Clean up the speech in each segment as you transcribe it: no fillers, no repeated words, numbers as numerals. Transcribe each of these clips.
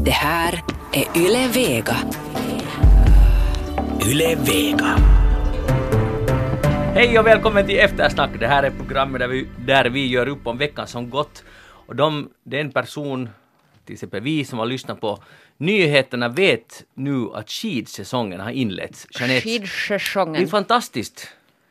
Det här är Yle Vega. Yle Vega. Hej och välkommen till Eftersnack. Det här är programmet där vi gör upp om veckan som gått. Och det är en person, till exempel vi som har lyssnat på nyheterna, vet nu att skidsäsongen har inletts. Jeanette, skidsäsongen. det är fantastiskt.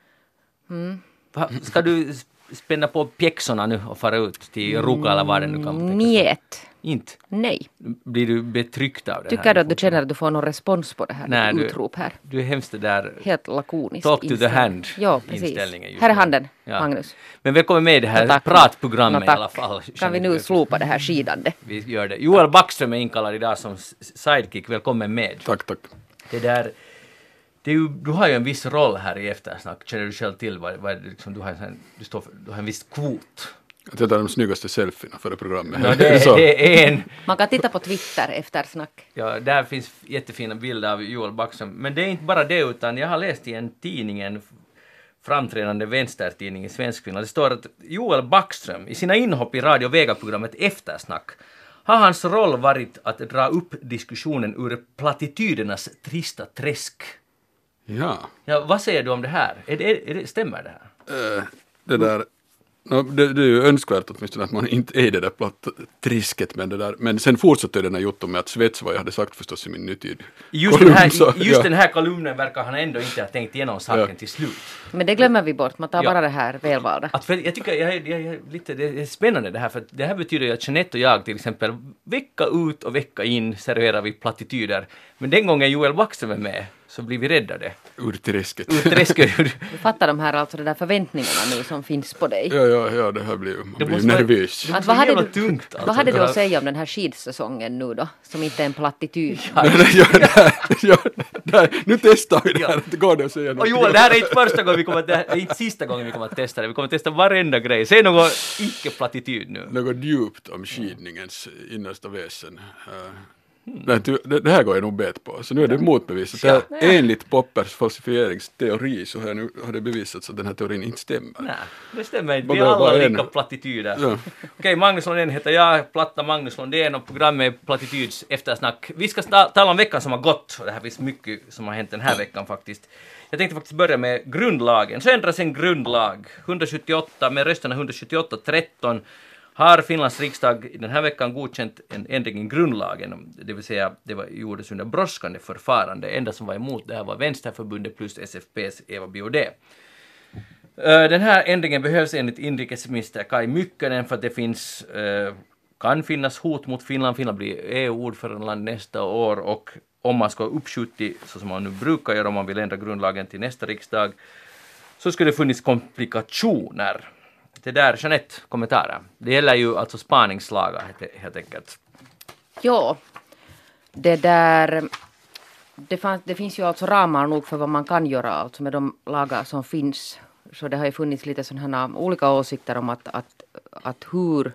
Ska du spänna på pjäxorna nu och fara ut till Ruka eller vad det nu kan tänkas? Njet. Inte? Nej. Blir du betryckt av det Tycker här? du att du känner att du får någon respons på det här? Nej, utrop här. Du är hemskt det där. Helt lakoniskt. Talk to the hand. Ja, precis. Inställningen just Här är nu. handen, Ja. Magnus. Men välkommen med i det här Tack. pratprogrammet i Tack. alla fall. Kan vi nu slopa det här skidande? Vi gör det. Joel Backström är inkallad idag som sidekick. Välkommen med. Tack. Det är ju, du har ju en viss roll här i Eftersnack. Känner du själv till vad är det liksom, du har en viss kvot? Att jag tar de snyggaste selfierna före programmet. Ja, det är en... Man kan titta på Twitter Eftersnack. Ja, där finns jättefina bilder av Joel Backström. Men det är inte bara det, utan jag har läst i en tidning, en framträdande vänstertidning i Svenskfinland. Det står att Joel Backström i sina inhopp i Radio Vega-programmet Eftersnack har hans roll varit att dra upp diskussionen ur plattitydernas trista träsk. Ja. Ja, vad säger du om det här? Stämmer det här? Det där... det är ju önskvärt åtminstone att man inte är det där platt trisket med det där. Men sen fortsatte den här jotton med att svets vad jag hade sagt förstås i min nutid. Just den här kolumnen verkar han ändå inte ha tänkt igenom saken till slut. Men det glömmer vi bort, man tar bara det här välvalda. Jag tycker det är spännande det här, för det här betyder ju att Jeanette och jag till exempel vecka ut och vecka in serverar vi plattityder. Men den gången Joel Backström är med så blir vi räddade. Ur träsket. Du fattar de här, alltså de där förväntningarna nu som finns på dig. Ja, det här blir ju nervös. Vad hade du att säga om den här skidsäsongen nu då, som inte är en plattityd? Nu testar vi det här, det går det att säga något. Och Joel, det här är inte första gången inte sista gången vi kommer att testa det. Vi kommer att testa varenda grej. Säg något icke-plattityd nu. Något djupt om skidningens innersta väsen. Det här går jag nog bet på. Så nu är det motbevisat. Enligt Poppers falsifieringsteori så har det bevisats att den här teorin inte stämmer. Nej, det stämmer inte. Vi är alla lika plattityder. Ja. Okej, Magnus Lundén heter jag. Platta Magnus Lundén och programmet Plattityds eftersnack. Vi ska tala om veckan som har gått. Det här finns mycket som har hänt den här veckan faktiskt. Jag tänkte faktiskt börja med grundlagen. Så ändras en grundlag. 178 med rösterna 178-13. Har Finlands riksdag den här veckan godkänt en ändring i grundlagen, det vill säga gjordes under brådskande förfarande. Enda som var emot det här var Vänsterförbundet plus SFP:s Eva Biaudet. Den här ändringen behövs enligt inrikesminister Kai Mykkänen för att det kan finnas hot mot Finland. Finland blir EU-ordförandeland nästa år, och om man ska uppskjuta så som man nu brukar göra om man vill ändra grundlagen till nästa riksdag, så skulle det funnits komplikationer. Det där, Jeanette, kommentarer. Det gäller ju alltså spaningslagar helt enkelt. Ja, det finns ju alltså ramar nog för vad man kan göra alltså med de lagar som finns. Så det har ju funnits lite sådana olika åsikter om att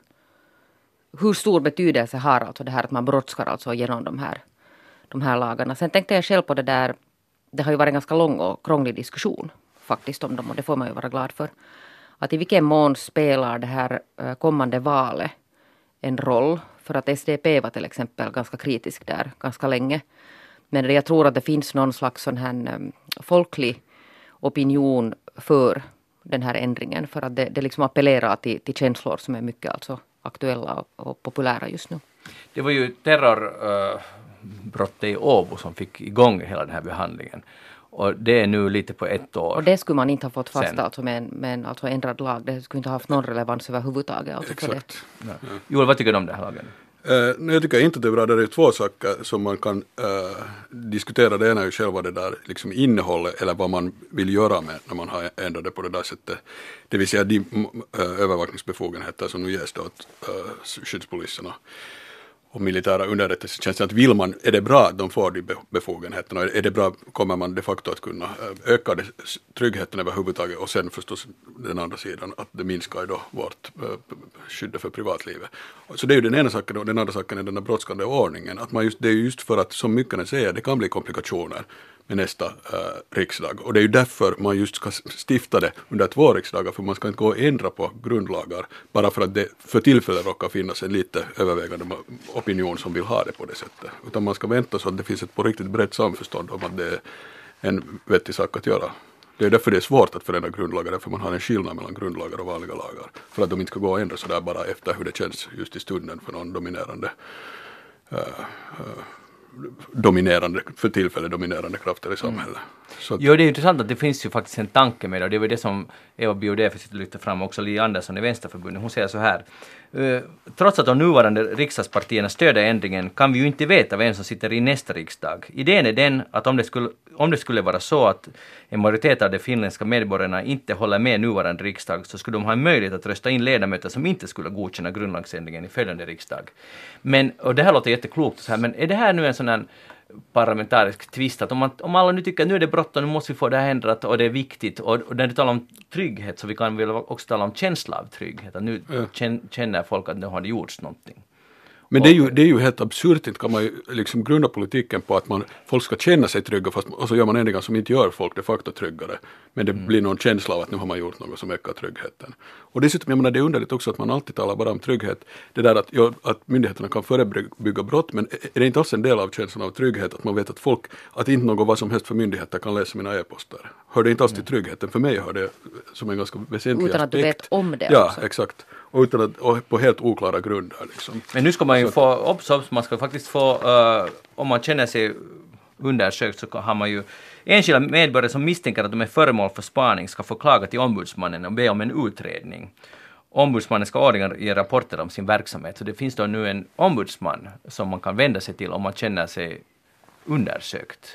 hur stor betydelse har alltså det här att man brådskar alltså genom de här lagarna. Sen tänkte jag själv på det där, det har ju varit en ganska lång och krånglig diskussion faktiskt om dem, och det får man ju vara glad för. Att i vilken mån spelar det här kommande valet en roll? För att SDP var till exempel ganska kritisk där ganska länge. Men jag tror att det finns någon slags sån här folklig opinion för den här ändringen. För att det liksom appellerar till känslor som är mycket alltså aktuella och populära just nu. Det var ju terrorbrottet i Åbo som fick igång hela den här behandlingen. Och det är nu lite på ett år. Och det skulle man inte ha fått fast alltså med en alltså ändrad lag. Det skulle inte ha haft någon relevans överhuvudtaget. Alltså exakt. Ja. Joel, vad tycker du om den här lagen? Jag tycker inte att det är bra. Det är två saker som man kan diskutera. Det ena är ju själva det där liksom innehållet eller vad man vill göra med när man har ändrat det på det där sättet. Det vill säga de övervakningsbefogenheter som nu ges åt skyddspoliserna och militära underrättelsetjänster. Att är det bra att de får de befogenheterna? Är det bra, kommer man de facto att kunna öka tryggheten överhuvudtaget, och sen förstås den andra sidan att det minskar då vårt skydd för privatlivet. Så det är ju den ena saken, och den andra saken är den här brådskande ordningen. Att det är just för att, som mycket säger, det kan bli komplikationer med nästa riksdag. Och det är ju därför man just ska stifta det under 2 riksdagar, för man ska inte gå och ändra på grundlagar bara för att det för tillfället råkar finnas en lite övervägande opinion som vill ha det på det sättet. Utan man ska vänta så att det finns ett på riktigt brett samförstånd om att det är en vettig sak att göra. Det är därför det är svårt att förändra grundlagar, därför man har en skillnad mellan grundlagar och vanliga lagar. För att de inte ska gå och ändra sådär bara efter hur det känns just i stunden för någon för tillfället dominerande krafter i samhället. Så att, jo, det är intressant att det finns ju faktiskt en tanke med det, och det var det som Eva Biaudet lyfte fram, också Li Andersson i Vänsterförbundet. Hon säger så här: trots att de nuvarande riksdagspartierna stöder ändringen kan vi ju inte veta vem som sitter i nästa riksdag. Idén är den att om det skulle vara så att en majoritet av de finländska medborgarna inte håller med nuvarande riksdag, så skulle de ha en möjlighet att rösta in ledamöter som inte skulle godkänna grundlagsändringen i följande riksdag. Men, och det här låter jätteklokt så här, men är det här nu en sån här parlamentarisk tvist att om alla nu tycker att nu är det bråttom, nu måste vi få det här ändrat och det är viktigt, och när du talar om trygghet så vi kan väl också tala om känsla av trygghet, att nu känner folk att nu har det gjorts någonting. Men det är ju helt absurt, inte kan man ju liksom grunda politiken på att folk ska känna sig trygga, och så gör man ändringar som inte gör folk de facto tryggare. Men det blir någon känsla av att nu har man gjort något som ökar tryggheten. Och dessutom, jag menar, det är underligt också att man alltid talar bara om trygghet. Det där att myndigheterna kan förebygga brott, men är det inte alls en del av känslan av trygghet att man vet att inte något vad som helst för myndigheter kan läsa mina e-poster? Hör det inte alls till tryggheten? För mig hör det som en ganska väsentlig aspekt. Utan att du vet om det. Ja, också. Exakt. Och på helt oklara grunder. Liksom. Men nu ska man ju få, man ska faktiskt få, om man känner sig undersökt, så har man ju enskilda medborgare som misstänker att de är föremål för spaning ska få klaga till ombudsmannen och be om en utredning. Ombudsmannen ska årligen ge rapporter om sin verksamhet, så det finns då nu en ombudsman som man kan vända sig till om man känner sig undersökt.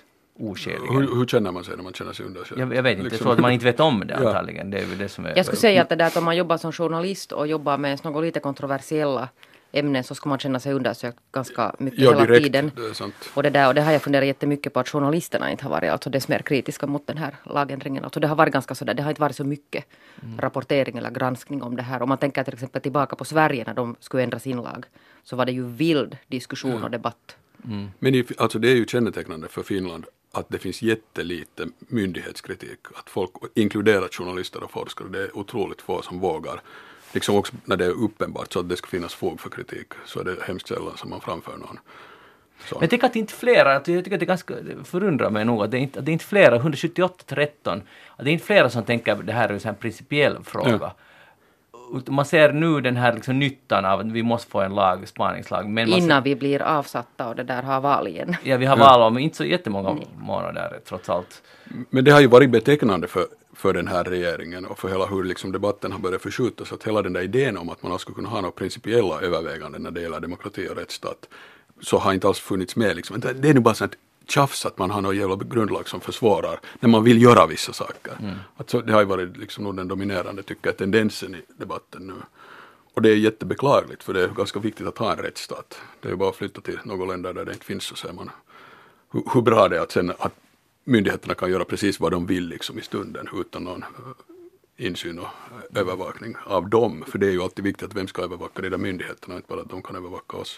Hur känner man sig när man känner sig undersökt? Jag vet inte, så att man inte vet om det antagligen. Det är väl det som är... Jag skulle säga att det där att om man jobbar som journalist och jobbar med något lite kontroversiella ämnen, så ska man känna sig undersökt ganska mycket hela direkt, tiden. Det är sant. Och det har jag funderat jättemycket på, att journalisterna inte har varit alltså dess mer kritiska mot den här lagändringen. Alltså det har varit ganska sådär, det har inte varit så mycket rapportering eller granskning om det här. Om man tänker till exempel tillbaka på Sverige när de skulle ändra sin lag, så var det ju vild diskussion och debatt. Men alltså det är ju kännetecknande för Finland att det finns jättelite myndighetskritik. Att folk, inkluderat journalister och forskare, det är otroligt få som vågar. Liksom också när det är uppenbart så att det ska finnas fog för kritik, så är det hemskt sällan som man framför någon. Så. Men jag tycker att det inte flera, jag tycker att det är ganska förundrar mig nog att det är inte flera, 178-13, att det är inte flera som tänker att det här är en sån här principiell fråga. Ja. Man ser nu den här liksom nyttan av att vi måste få en spaningslag. Men innan vi blir avsatta och det där har val igen. Ja, vi har val om inte så jättemånga månader trots allt. Men det har ju varit betecknande för den här regeringen och för hela hur liksom debatten har börjat förskjutas, att hela den där idén om att man skulle kunna ha några principiella överväganden när det gäller demokrati och rättsstat, så har inte alls funnits med. Liksom. Det är nu bara sånt tjafs att man har någon jävla grundlag som försvarar när man vill göra vissa saker. Alltså, det har ju varit liksom nog den dominerande, tycker jag, tendensen i debatten nu. Och det är jättebeklagligt, för det är ganska viktigt att ha en rättsstat. Det är ju bara att flytta till några länder där det inte finns, så ser man hur bra det är att myndigheterna kan göra precis vad de vill liksom i stunden utan någon insyn och övervakning av dem. För det är ju alltid viktigt att vem ska övervaka de där myndigheterna, inte bara att de kan övervaka oss.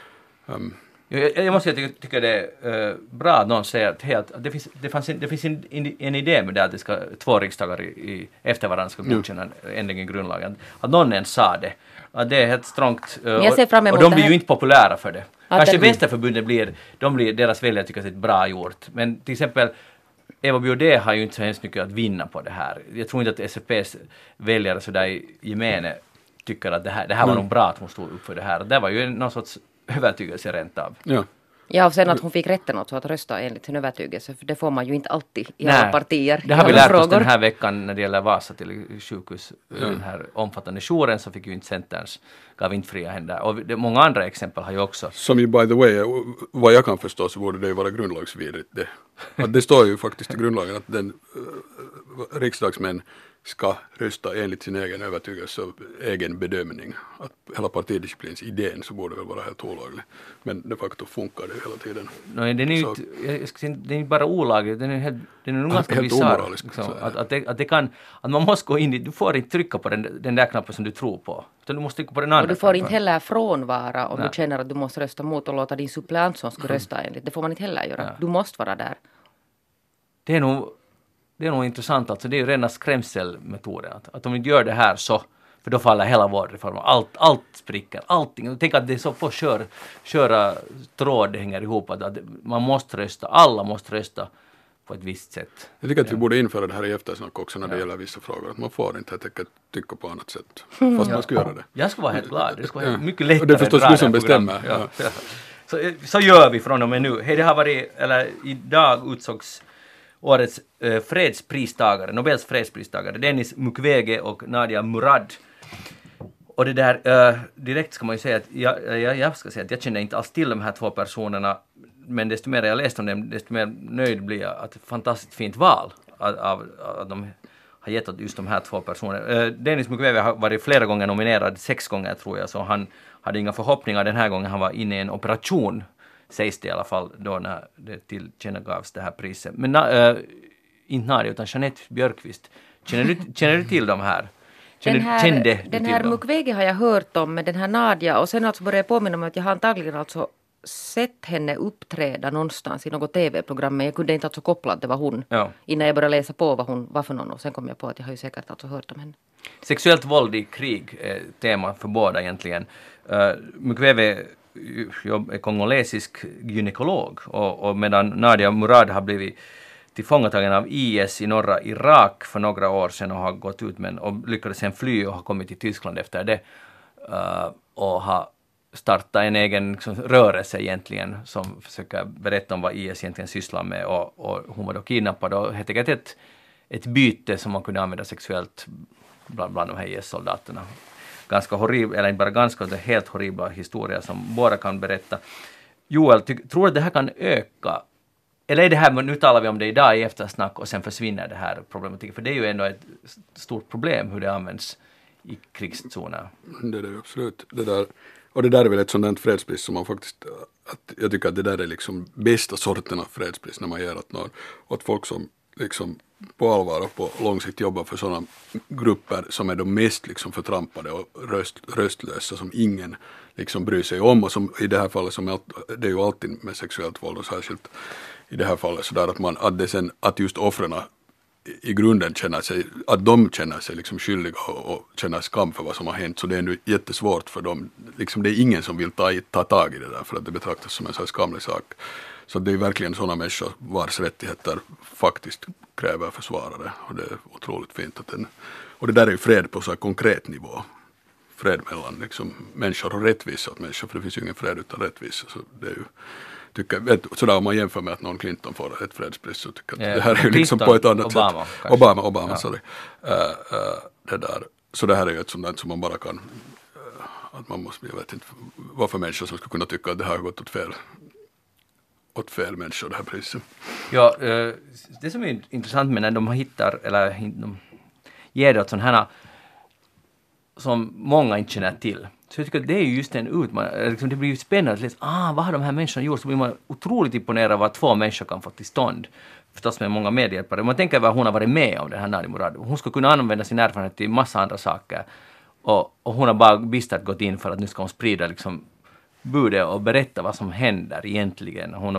Jag måste tycka det är bra att någon säger att det finns en idé med det att det ska 2 riksdagar i efter varandra ska godkänna ändringen i grundlagen. Att någon ens sa det. Att det är helt strångt. Och de blir ju inte populära för det. Kanske Vänsterförbundet deras väljare tycker att det är bra gjort. Men till exempel Eva Biaudet har ju inte så hemskt mycket att vinna på det här. Jag tror inte att SFP:s väljare sådär i gemene tycker att det här var nog bra att hon stod upp för det här. Det var ju någon sorts övertygelse rent av. Ja, och sen att hon fick rätten också att rösta enligt sin övertygelse, för det får man ju inte alltid i alla partier. Det har vi lärt oss den här veckan när det gäller Vasa till sjukhus, den här omfattande jouren, så fick ju inte Centerns, gav inte fria händer. Och många andra exempel har ju också. Som ju by the way, vad jag kan förstå så borde det ju vara grundlagsvidrigt det. Att det står ju faktiskt i grundlagen att den riksdagsmän ska rösta enligt sin egen övertygelse och egen bedömning. Att hela partidisciplins idén så borde väl vara helt olaglig. Men de facto funkar det hela tiden. Nej, den är inte bara olaglig, den är nog ganska bizarr. Att man måste gå in i, du får inte trycka på den där knappen som du tror på. Utan du måste trycka på den andra. Och du får inte heller frånvara om du känner att du måste rösta mot och låta din suppleant som ska rösta enligt. Det får man inte heller göra. Du måste vara där. det är nog intressant. Alltså, det är ju rena skrämselmetoden. Att om vi inte gör det här så, för då faller hela vår reform. Allt spricker. Allting. Tänk att det är så på köra tråd det hänger ihop. Att man måste rösta. Alla måste rösta på ett visst sätt. Jag tycker att vi borde införa det här i eftersnack också när det gäller vissa frågor. Att man får inte helt enkelt tycka på annat sätt. Fast man ska göra det. Jag ska vara helt glad. Det ska vara mycket lättare. Och det är förstås du som bestämmer. Ja. Så gör vi från och med nu. Det har varit, eller idag utsågs årets fredspristagare, Nobels fredspristagare, Denis Mukwege och Nadia Murad. Och det där, direkt ska man ju säga att jag ska säga att jag känner inte alls till de här två personerna, men desto mer jag läste om dem, desto mer nöjd blir jag att ett fantastiskt fint val av de har gett åt just de här två personerna. Denis Mukwege har varit flera gånger nominerad, 6 gånger tror jag, så han hade inga förhoppningar den här gången. Han var inne i en operation, sägs det i alla fall, då när det tillkännagavs det här priset. Men inte Nadia, utan Jeanette Björkqvist. Känner du till de här? Den här Mukwege har jag hört om, med den här Nadia, och sen alltså började jag påminna mig att jag har antagligen alltså sett henne uppträda någonstans i något tv-program, men jag kunde inte alltså koppla att det var hon innan jag började läsa på vad hon var för någon, och sen kom jag på att jag har ju säkert alltså hört om henne. Sexuellt våld i krig är tema för båda egentligen. Mukwege är kongolesisk gynekolog, och medan Nadia Murad har blivit tillfångatagen av IS i norra Irak för några år sedan och har gått ut och lyckades sen fly och har kommit till Tyskland efter det och har startat en egen rörelse egentligen som försöker berätta om vad IS egentligen sysslar med, och hon var då kidnappad och helt enkelt ett byte som man kunde använda sexuellt bland de här IS-soldaterna. Ganska horribla, eller inte bara ganska, det är helt horribla historier som båda kan berätta. Joel, tror du att det här kan öka? Eller är det här, nu talar vi om det idag i eftersnack och sen försvinner det här problematiken, för det är ju ändå ett stort problem hur det används i krigszoner. Det är det absolut. Och det där är väl ett sådant fredspris som man faktiskt, jag tycker att det där är liksom bästa sorten av fredspris när man ger åt folk som liksom på allvar och på lång sikt jobbar för sådana grupper som är de mest liksom förtrampade och röstlösa, som ingen liksom bryr sig om, och som i det här fallet, som det är ju alltid med sexuellt våld och särskilt i det här fallet så där att just offren i grunden känner sig liksom skyldiga och känner skam för vad som har hänt, så det är nu jättesvårt för dem. Liksom, det är ingen som vill ta tag i det där, för att det betraktas som en så här skamlig sak. Så det är verkligen sådana människor vars rättigheter faktiskt kräver försvarare, och det är otroligt fint att och det där är ju fred på så här konkret nivå. Fred mellan liksom människor och rättvisa åt människor, för det finns ju ingen fred utan rättvisa, så det är ju sådär om man jämför med att någon Clinton får ett fredspris, så tycker jag att det här är ju liksom på ett annat sätt. Obama, sorry. Det där. Så det här är ju ett sådant som man bara kan, att man måste, jag vet inte varför människor som skulle kunna tycka att det här har gått åt fel människor, det här priset. Ja, det som är intressant med när de hittar, eller de ger det åt sådana här som många inte känner till. Så jag tycker att det är just en utmaning. Liksom det blir ju spännande att läsa, vad har de här människorna gjort? Så blir man otroligt imponerad av vad 2 människor kan få till stånd. Förstås med många medhjälpare. Man tänker vad hon har varit med om, den här Nadia Murad. Hon ska kunna använda sin erfarenhet till massa andra saker. Och hon har bara bistart gått in för att nu ska hon sprida liksom budet och berätta vad som händer egentligen. Hon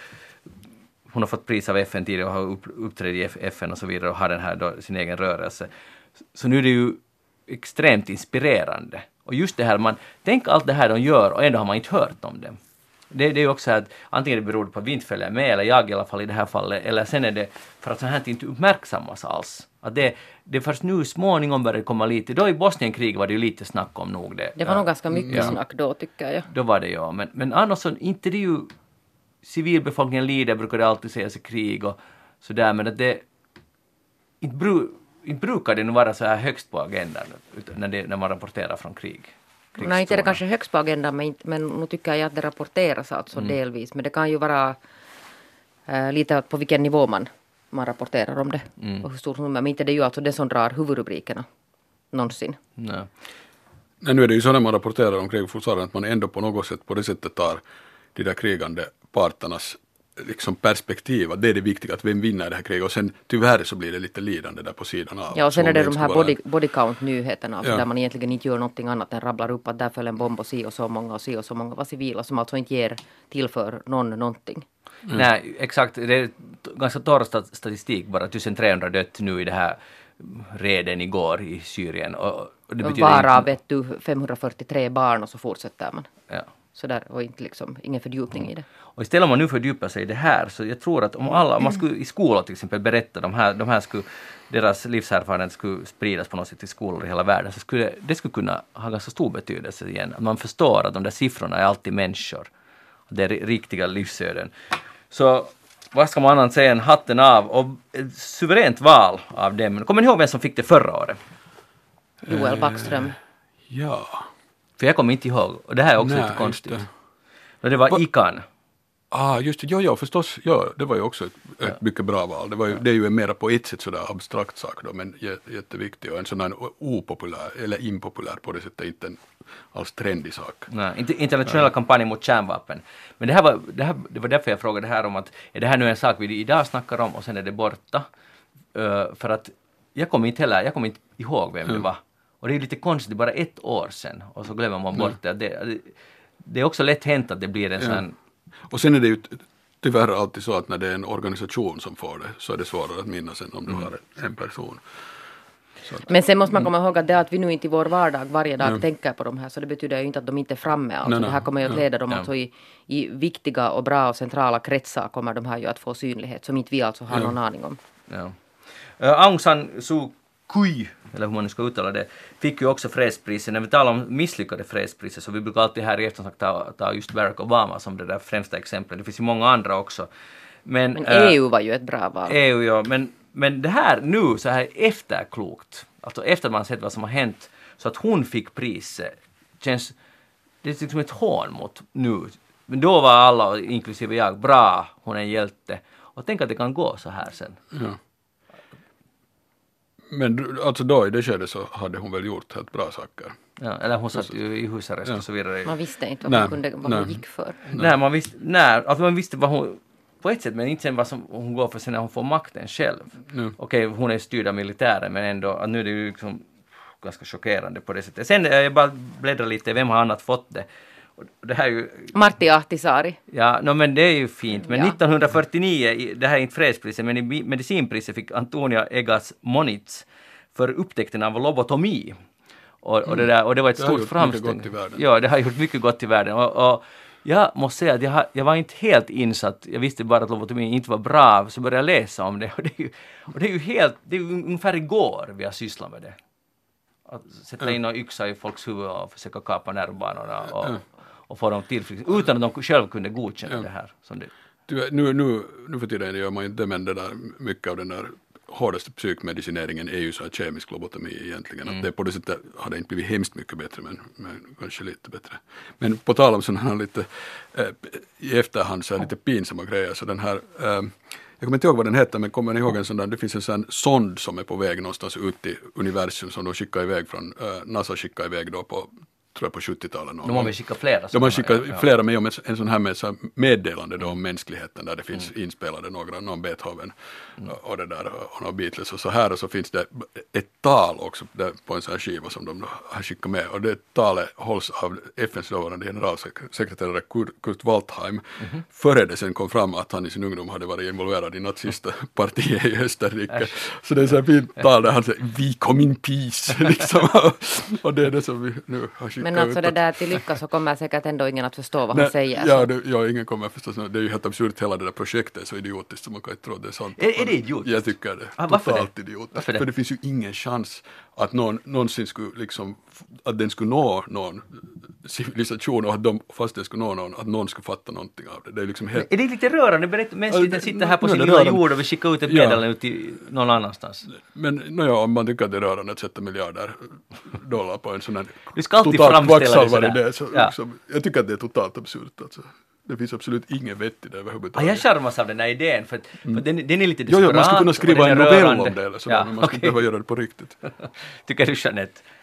har fått pris av FN tidigare och har uppträtt i FN och så vidare och har den här då, sin egen rörelse. Så nu är det ju extremt inspirerande. Och just det här, tänk allt det här de gör och ändå har man inte hört om det. Det är ju också att antingen det beror på att vi inte följer med, eller jag i alla fall i det här fallet, eller sen är det för att sånt här inte uppmärksammas alls. Att det först nu småningom började komma lite. Då i Bosnienkrig var det ju lite snack om nog det. Det var nog ganska mycket snack då, tycker jag. Då var det men annars så inte det ju civilbefolkningen lider, brukar det alltid sägas i krig och sådär, men att det inte brukar det nog vara så här högst på agendan när man rapporterar från krig. Nej, inte är det kanske högst på agendan, men nu tycker jag att det rapporteras alltså delvis. Men det kan ju vara lite på vilken nivå man rapporterar om det. Och hur stort nummer, men inte det är ju alltså det som drar huvudrubrikerna någonsin. Nej, nu är det ju så när man rapporterar om krig fortfarande att man ändå på något sätt på det sättet tar de där krigande parternas liksom perspektiv, att det är det viktiga, att vem vinner det här kriget, och sen tyvärr så blir det lite lidande där på sidan av. Ja, och sen är det de här vara... body count-nyheterna, alltså där man egentligen inte gör någonting annat än rabblar upp att där föll en bomb och si och så många var civila, som alltså inte ger tillför någonting. Nej, exakt. Det är ganska torr statistik, bara 1300 dött nu i det här reden igår i Syrien. Och det betyder varav vet du 543 barn och så fortsätter man. Ja. Så där var inte liksom ingen fördjupning i det. Och istället om man nu fördjupar sig i det här, så jag tror att om man skulle i skolor till exempel berätta de här skulle, deras livserfarenhet skulle spridas på något sätt i skolor i hela världen, så skulle det skulle kunna ha ganska stor betydelse igen. Att man förstår att de där siffrorna är alltid människor. Det är riktiga livsöden. Så vad ska man annat säga än hatten av, och ett suveränt val av dem. Kommer ni ihåg vem som fick det förra året? Joel Backström. Ja. För jag kommer inte ihåg, och det här är också lite konstigt. Det var Ikan. Just det, ja förstås, det var ju också ett mycket bra val. Det är ju en mera på ett sätt sådär abstrakt sak då, men jätteviktig, och en sån här opopulär, eller impopulär på det sättet, inte en alls trendig sak. Nej, internationella kampanjer mot kärnvapen. Men det var därför jag frågade här om att, är det här nu en sak vi idag snackar om och sen är det borta? För att jag kommer inte ihåg vem det var. Och det är lite konstigt, bara ett år sedan, och så glömmer man bort det. Det är också lätt hänt att det blir en sån... Och sen är det ju tyvärr alltid så att när det är en organisation som får det, så är det svårare att minnas än om du har en person. Men sen måste man komma ihåg att det att vi nu inte i vår vardag varje dag tänker på de här, så det betyder ju inte att de inte är framme. Alltså det här kommer ju att leda dem alltså i viktiga och bra och centrala kretsar, kommer de här ju att få synlighet som inte vi alltså har någon aning om. Ja. Aung San Suu Kyi, eller hur man nu ska uttala det, fick ju också fredspriset. När vi talar om misslyckade fredspriser, så vi brukar alltid här i eftersnack ta just Barack Obama som det där främsta exemplet. Det finns ju många andra också. Men EU var ju ett bra val. EU, ja. Men det här nu så här efterklokt, alltså efter att man sett vad som har hänt, så att hon fick priset, det är liksom ett hån mot nu. Men då var alla, inklusive jag, bra, hon är en hjälte. Och tänk att det kan gå så här sen. Ja. Men alltså då i det skedet så hade hon väl gjort helt bra saker. Ja, eller hon satt ju i husarrest och så vidare. Man visste inte vad hon gick för. Nej, man visste vad hon på ett sätt, men inte sen vad som hon går för sen när hon får makten själv. Okej, hon är styrd av militären, men ändå, att nu är det ju liksom ganska chockerande på det sättet. Sen jag bara bläddrar lite, vem har annat fått det? Och det här är ju... Martti Ahtisaari. Ja, men det är ju fint. Men 1949, det här är inte fredspriset, men i medicinpriset fick Antonia Egas Moniz för upptäckten av lobotomi. Och det var ett stort framsteg. Ja, det har gjort mycket gott i världen. Och jag måste säga att jag var inte helt insatt. Jag visste bara att lobotomi inte var bra, så började jag läsa om det. Och det är ju ungefär igår vi har sysslat med det. Att sätta in en yxa i folks huvud och försöka kapa nervbanorna och få dem tillfrisknat utan att de själv kunde godkänna det här. Som det. Nu för tiden gör man inte, men det där, mycket av den där hårdaste psykmedicineringen är ju så här kemisk lobotomi egentligen. Att det på det sättet hade inte blivit hemskt mycket bättre, men kanske lite bättre. Men på tal om sådana här lite i efterhand så här lite pinsamma grejer, så den här jag kommer inte ihåg vad den heter, men kommer ni ihåg en sån där, det finns en sån sond som är på väg någonstans ut i universum som de skickar iväg från, NASA skickar iväg då på, tror jag på 70-talet. De har väl skickat flera. De har skickat flera med om en sån här med så meddelande då om mänskligheten där det finns inspelade någon Beethoven och det där och några Beatles och så här, och så finns det ett tal också där på en sån här skiva som de har skickat med, och det talet hålls av FNs dåvarande generalsekreterare Kurt Waldheim före det sen kom fram att han i sin ungdom hade varit involverad i nazistpartiet i Österrike. Så det är så här fint tal där han säger "We come in peace" liksom. Och det är det som vi nu har skickat. Men alltså det där till lycka så kommer säkert ändå ingen att förstå vad han säger. Ja, ingen kommer att förstå. Det är ju helt absurt, hela det där projektet är så idiotiskt som man kan inte tro det är sant. Är det idiotiskt? Jag tycker det. Totalt idiotiskt. För det finns ju ingen chans att någon någonsin skulle liksom, att den skulle nå någon civilisation och att fast den skulle nå någon, att någon skulle fatta någonting av det. Det är liksom helt... Är det lite rörande? Mänskligheten sitter här på sin lilla jord och vi skickar ut ett meddelande ut till någon annanstans. Men om man tycker att det är rörande att sätta miljarder dollar på en sån här totalt kvacksalvaridé, så liksom, jag tycker att det är totalt absurt alltså. Det finns absolut ingen vett i det överhuvudtaget. Jag charmas av den här idén för den är lite desperat. Jo, man skulle kunna skriva en novell om det eller så, men man skulle behöva göra det på riktigt. Tycker du, Jeanette?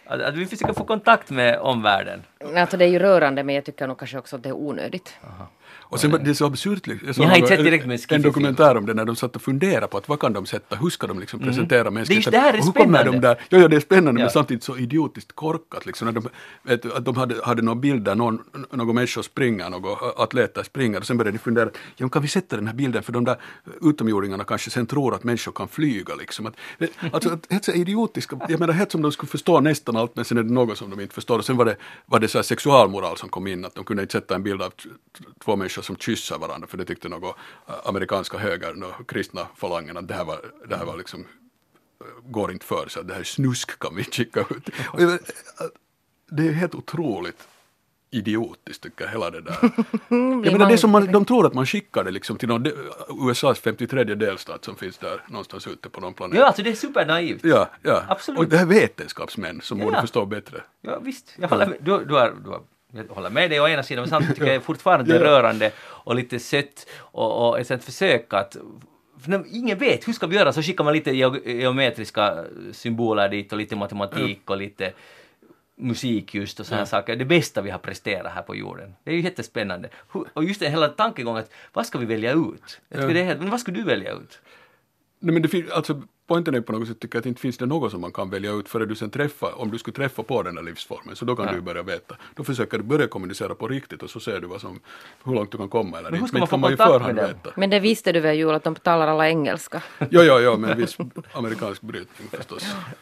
Att vi försöker få kontakt med omvärlden. Alltså det är ju rörande, men jag tycker nog kanske också att det är onödigt. Aha. Och sen det är så absurt. Jag har inte sett direkt med en dokumentär om det när de satt och funderade på att vad kan de sätta, hur ska de liksom presentera mänskligheten. Det är spännande. Ja, det är spännande men samtidigt så idiotiskt korkat. Liksom, när de hade någon bild där någon människor springer, någon atleter springer och sen började de fundera, ja, kan vi sätta den här bilden för de där utomjordingarna kanske sen tror att människor kan flyga. Liksom. Alltså helt så idiotiska, jag menar helt som de skulle förstå nästan allt men sen är det något som de inte förstår. Och sen var det så här sexualmoral som kom in, att de kunde inte sätta en bild av två människor som kyssar varandra för det tyckte något amerikanska höger och kristna falangen att det här var liksom går inte för så att det här snusk kan vi skicka ut. Och det är helt otroligt idiotiskt tycker jag hela det där. Jag menar det som de tror att man skickar det liksom till någon USAs 53:e delstat som finns där någonstans ute på någon planet. Ja, alltså det är supernaivt. Ja. Absolut. Och det här vetenskapsmän som borde förstå bättre. Ja, visst. Jag håller med. Jag håller med dig å ena sidan, men samtidigt tycker jag fortfarande rörande och lite sött och ett sånt försök att för ingen vet hur ska vi göra, så skickar man lite geometriska symboler dit och lite matematik och lite musik just och sådana saker. Det bästa vi har presterat här på jorden. Det är ju jättespännande. Och just den hela tankegången att vad ska vi välja ut? Men vad ska du välja ut? Nej, men det finns, alltså poängen är på något sätt tycker att inte finns det något som man kan välja ut före du sen träffar, om du skulle träffa på den där livsformen, så då kan du börja veta. Då försöker du börja kommunicera på riktigt och så ser du hur långt du kan komma eller men hur ska inte. man få kontakt med dem? Men det visste du väl, Joel, att de talar alla engelska? Ja, med en viss amerikansk brytning förstås.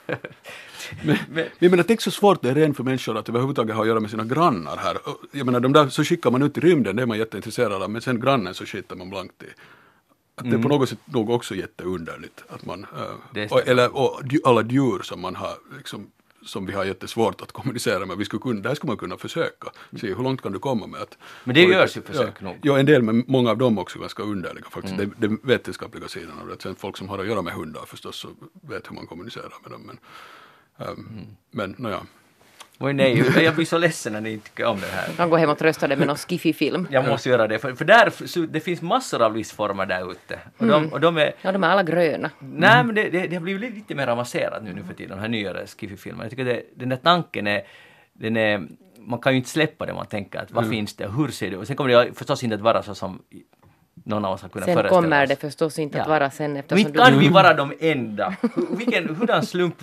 Men jag menar, det är inte så svårt det är redan för människor att överhuvudtaget ha att göra med sina grannar här. Jag menar, de där så skickar man ut i rymden, det är man jätteintresserad av, men sen grannen så skiter man blankt i. Att det är på något sätt nog också jätteunderligt att man, och alla djur som man har liksom, som vi har jättesvårt att kommunicera med, där skulle man kunna försöka se hur långt kan du komma med att. Men det görs ju försök nog. Ja, en del, men många av dem också ganska underliga faktiskt. Det vetenskapliga sidan av det. Sen folk som har att göra med hundar förstås så vet hur man kommunicerar med dem. Men nåja. Nej, jag blir så ledsen när ni inte tycker om det här. Han går hem och tröstar det med någon skiffy-film. Jag måste göra det, för det finns massor av livsformer där ute. Och de är... Ja, de är alla gröna. Nej, men det har blivit lite mer avancerat nu för tiden, de här nyare skiffy-filmerna. Jag tycker den där tanken är... Man kan ju inte släppa det, man tänker att vad finns det, hur ser det? Och sen kommer det förstås inte att vara så som någon av oss har kunnat föreställa oss. Sen kommer det förstås inte att vara sen eftersom men kan vi vara de enda? Hurdan slump...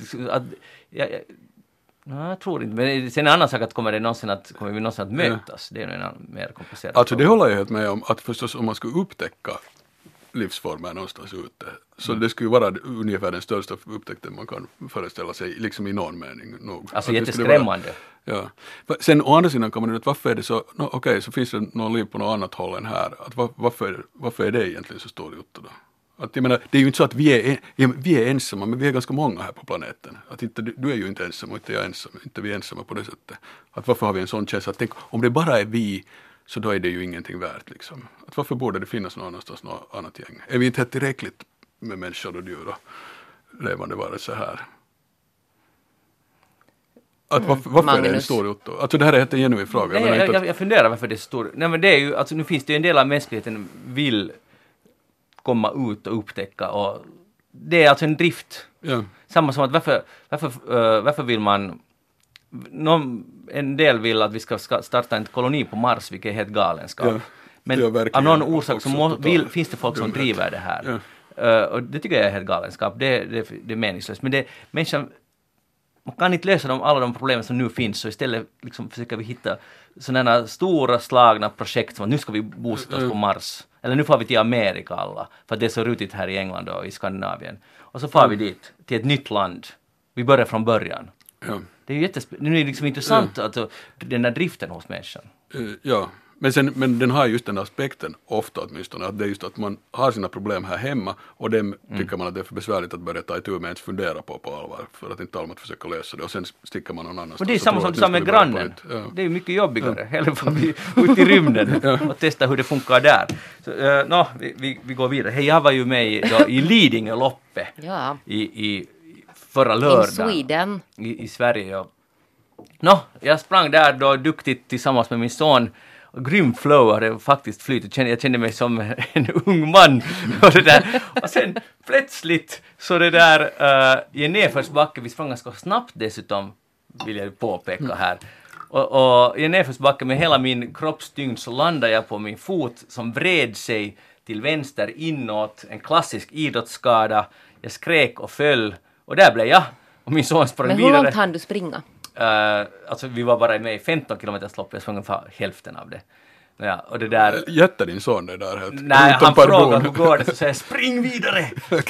Jag tror inte, men sen är en annan sak att kommer vi någonsin att mötas. Det är en mer komplicerat. Alltså det håller jag helt med om, att förstås om man skulle upptäcka livsformer någonstans ute, så det skulle vara ungefär den största upptäckten man kan föreställa sig, liksom i någon mening. Nog. Alltså jätteskrämmande. Ja. Sen å andra sidan kan man ju, varför är det så, så finns det någon liv på något annat håll än här. Att varför är det egentligen så stor jutta då? Att jag menar, det är ju inte så att vi är ensamma, men vi är ganska många här på planeten. Att inte, du är ju inte ensam och inte jag ensam, inte vi är ensamma på det sättet. Att varför har vi en sån känsla att tänk, om det bara är vi, så då är det ju ingenting värt liksom. Att varför borde det finnas något annat gäng? Är vi inte tillräckligt med människor och djur och levande varelser här? Att varför är det en stor jotto? Alltså det här är helt en genuin fråga. Jag funderar varför det är stor. Nej, men det är ju, alltså nu finns det ju en del av mänskligheten vill komma ut och upptäcka, och det är alltså en drift. Ja. Samma som att varför vill man, en del vill att vi ska starta en koloni på Mars, vilket är helt galenskap. Ja. Men av någon orsak så finns det folk som driver det här. Ja. Och det tycker jag är helt galenskap. Det är meningslöst. Men människan, man kan inte lösa alla de problem som nu finns, så istället liksom försöker vi hitta sådana stora slagna projekt som att nu ska vi boosta oss på Mars. Eller nu får vi till Amerika alla, för att det är så rutigt här i England och i Skandinavien. Och så får vi dit, till ett nytt land. Vi börjar från början. Ja. Det är ju nu är det liksom intressant, alltså, den där driften hos människan. Ja, men den har just den aspekten, ofta åtminstone, att det är just att man har sina problem här hemma, och dem tycker man att det är för besvärligt att börja ta itu med ens fundera på allvar, för att inte allmänt försöka lösa det, och sen sticker man någon annanstans. Och det är samma som du sa med grannen. Ja. Det är mycket jobbigare. Hellre får vi ut i rymden och testa hur det funkar där. Så, vi går vidare. Hej, jag var ju med i Lidingö-loppet i förra lördagen i Sverige. Jag sprang där då duktigt tillsammans med min son. Grym flow hade faktiskt flyttat. Jag kände mig som en ung man. Och sen plötsligt så det där i en nedförsbacke, vi sprang ganska snabbt dessutom. vill jag påpeka här. Och i en nedförsbacke med hela min kroppstyngd så landade jag på min fot som vred sig till vänster inåt, en klassisk idrottsskada. Jag skrek och föll och där blev jag. Och min son sprang vidare. Men hur långt hann du springa? Alltså vi var bara med i 15 kilometers lopp, jag sprang ungefär hälften av det. Ja, och det där... Jätte din son det där helt. Nej, han frågar hur går det så säger jag spring vidare!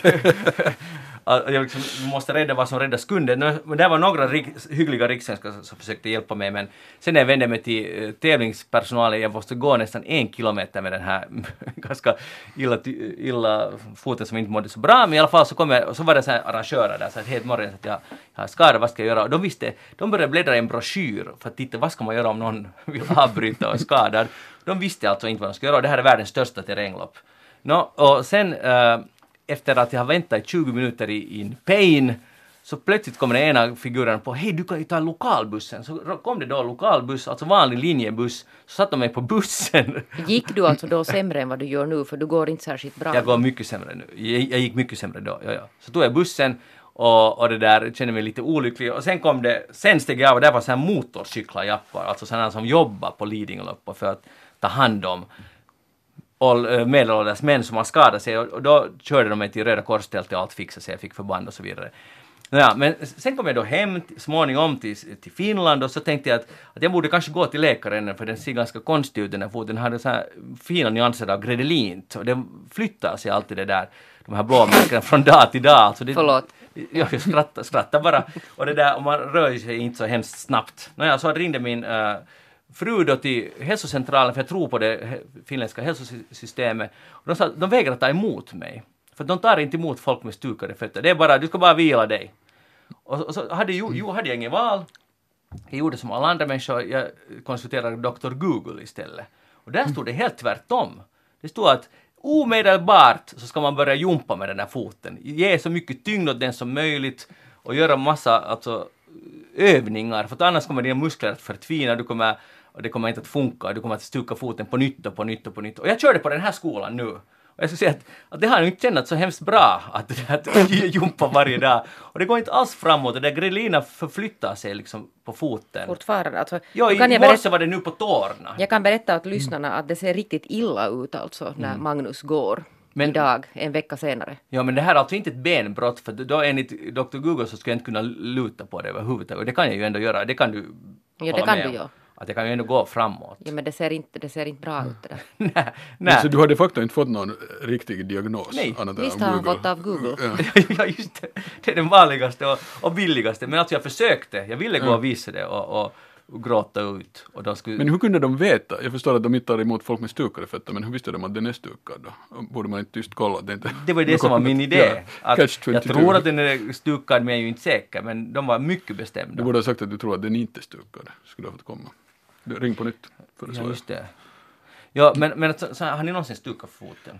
Jag liksom måste rädda vad som räddar skunden. Men det var några hyggliga rikssvenskar som försökte hjälpa mig, men sen när jag vände mig till tävlingspersonalen, jag måste gå nästan 1 kilometer med den här ganska illa foten som inte mådde så bra, men i alla fall så var det så här arrangörer där så att helt morgon att jag har skadat, vad ska jag göra? Och de började bläddra i en broschyr för att titta vad ska man göra om någon vill avbryta och skadad. De visste alltså inte vad de ska göra, och det här är världens största terränglopp. Och sen efter att jag har väntat i 20 minuter i pain så plötsligt kommer den ena figuren på hej du kan ju ta lokalbussen. Så kom det då lokalbuss, alltså vanlig linjebuss, så satt de mig på bussen. Gick du alltså då sämre än vad du gör nu för du går inte särskilt bra? Jag går mycket sämre nu. Jag gick mycket sämre då. Ja. Så tog jag bussen och det där kände mig lite olycklig och sen steg jag av och där var så här motorcyklar jappar, alltså sådana som jobbar på Lidingöloppet för att ta hand om medelålders män som har skadat sig och då körde de mig till Röda Korstältet och allt fixade sig, jag fick förband och så vidare. Ja, men sen kom jag då hem småningom till Finland och så tänkte jag att jag borde kanske gå till läkaren för den ser ganska konstig ut den här foten. Den hade så här fina nyanser av gredelint och den flyttar sig alltid det där, de här blåmärkena från dag till dag. Så det, förlåt. Jag skrattar bara och det där, och man rör sig inte så hemskt snabbt. Så ringde min fru då till hälsocentralen, för jag tror på det finländska hälsosystemet. Och de sa att de vägrar ta emot mig. För de tar inte emot folk med stukade fötter. Det är bara, du ska bara vila dig. Och så hade jag ingen val. Jag gjorde som alla andra människor, jag konsulterade Dr. Google istället. Och där stod det helt tvärtom. Det stod att omedelbart så ska man börja jumpa med den här foten. Ge så mycket tyngd åt den som möjligt och göra massa övningar. För annars kommer dina muskler att förtvina, och det kommer inte att funka. Du kommer att stuka foten på nytt. Och jag körde på den här skolan nu. Och jag skulle säga att det har ju inte kännat så hemskt bra att jumpa varje dag. Och det går inte alls framåt. Och där grelina förflyttar sig liksom på foten. Fortfarande. Alltså, i morse var det nu på tårna. Jag kan berätta åt lyssnarna att det ser riktigt illa ut alltså när Magnus går. Idag, en vecka senare. Ja, men det här är alltså inte ett benbrott, för då enligt Dr. Google så ska jag inte kunna luta på det överhuvudtaget. Och det kan jag ju ändå göra. Det kan du hålla med om. Att det kan ju ändå gå framåt. Ja, men det ser inte bra ut det där. Nej. Så du har de facto inte fått någon riktig diagnos? Nej. Visst har han fått av Google. Ja, just det. Det är den vanligaste och billigaste. Men alltså jag försökte. Jag ville gå och visa det och gråta ut. Och då skulle... Men hur kunde de veta? Jag förstår att de inte tar emot folk med stukade fötter, men hur visste de att den är stukad då? Borde man inte just kolla? Det var det som var min idé. Ja, jag tror att den är stukad, men jag är ju inte säker. Men de var mycket bestämda. Du borde ha sagt att du tror att den inte är stukad. Skulle ha fått komma. Ring på nytt. Ja, just det. Ja, men så, har ni någonsin stukat foten?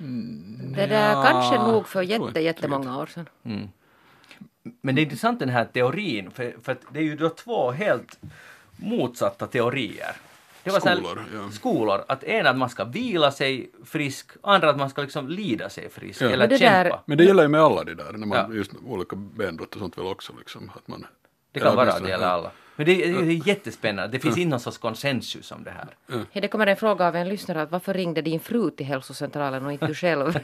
Det där kanske nog för jättemånga år sedan. Mm. Men det är intressant den här teorin, för att det är ju då två helt motsatta teorier. Det var skolor. Att ena att man ska vila sig frisk, andra att man ska liksom lida sig frisk eller men kämpa. Men det gäller ju med alla det där, när man just olika benbrott och sånt väl också liksom, att man... Det kan vara det gäller alla. Men det är jättespännande. Det finns inte någon sorts konsensus om det här. Det kommer en fråga av en lyssnare att varför ringde din fru till hälsocentralen och inte du själv?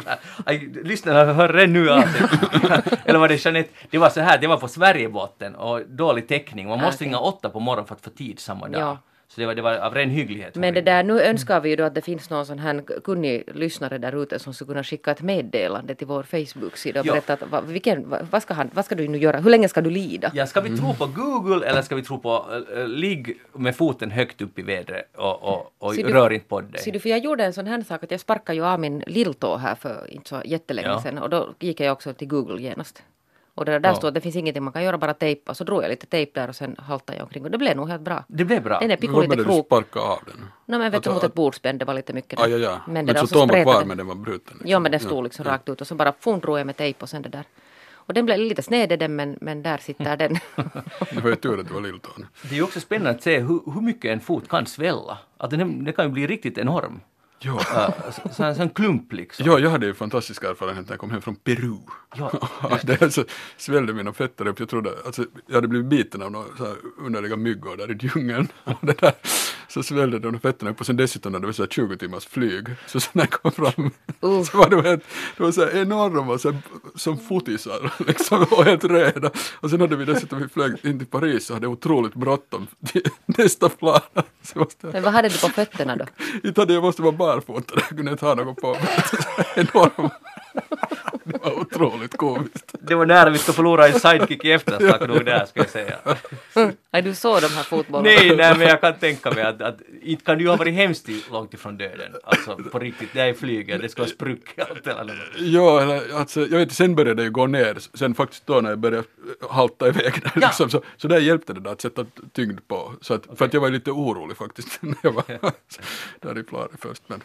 Lyssnarna hör nu av sig. Eller var det Jeanette? Det var så här, det var på Sverigebotten och dålig täckning. Man måste ringa 8 på morgonen för att få tid samma dag. Ja. Så det var av ren hygglighet. Men det där, nu önskar vi ju då att det finns någon sån här kunnig lyssnare där ute som skulle kunna skicka ett meddelande till vår Facebook-sida och berätta att vad ska du nu göra? Hur länge ska du lida? Ja, ska vi tro på Google eller ska vi tro på ligg med foten högt upp i vädret och rör inte på dig? Ser du, för jag gjorde en sån här sak att jag sparkade ju av min lilltå här för inte så jättelänge sedan och då gick jag också till Google genast. Och där stod att det finns ingenting man kan göra, bara tejpa. Så drog jag lite tejp där och sen haltade jag omkring. Och det blev nog helt bra. Det blev bra? Den är men vad lite du sparka av den? Nej, men vet du, mot ett bordsbände var lite mycket. Ja. Men så tog man kvar men den var bruten. Liksom. Ja, men den stod liksom rakt ut. Och så bara drog jag med tejp och sen det där. Och den blev lite sned men där sitter den. Det var ju tur att det var lilltån. Det är ju också spännande att se hur mycket en fot kan svälla. Att den kan ju bli riktigt enorm. Jo. Sån klump liksom. Ja, jag hade ju fantastisk erfarenhet när jag kom hem från Peru. Ja, det så svällde mina fötter upp. Jag trodde, alltså, jag hade blivit biten av några så här underliga myggor där i djungeln. Och det där, så svällde de fötterna upp och sen dessutom när det var så här 20 timmars flyg. Så när jag kom fram så var det var så här enorma så här, som fotisar liksom, och helt röda. Och sen hade vi dessutom vi flög in till Paris och hade otroligt bråttom till nästa plan. Men vad hade du på fötterna då? Jag måste vara barfota, jag kunde inte ha något på mig. Enorm. Det var otroligt komiskt. Det var nära vi ska förlora en sidekick i eftersnack nog där, ska jag säga. Nej, du såg de här fotbollarna? Nej, men jag kan tänka mig att inte kan du ha varit hemskt långt ifrån döden. Alltså på riktigt, det är flyget, det ska vara spruck allt eller något. Ja, alltså, jag vet, sen började det ju gå ner. Sen faktiskt då när jag började halta iväg där, liksom, så där hjälpte det där att sätta tyngd på. Så att, för att jag var lite orolig faktiskt när jag var där i Flare först. Men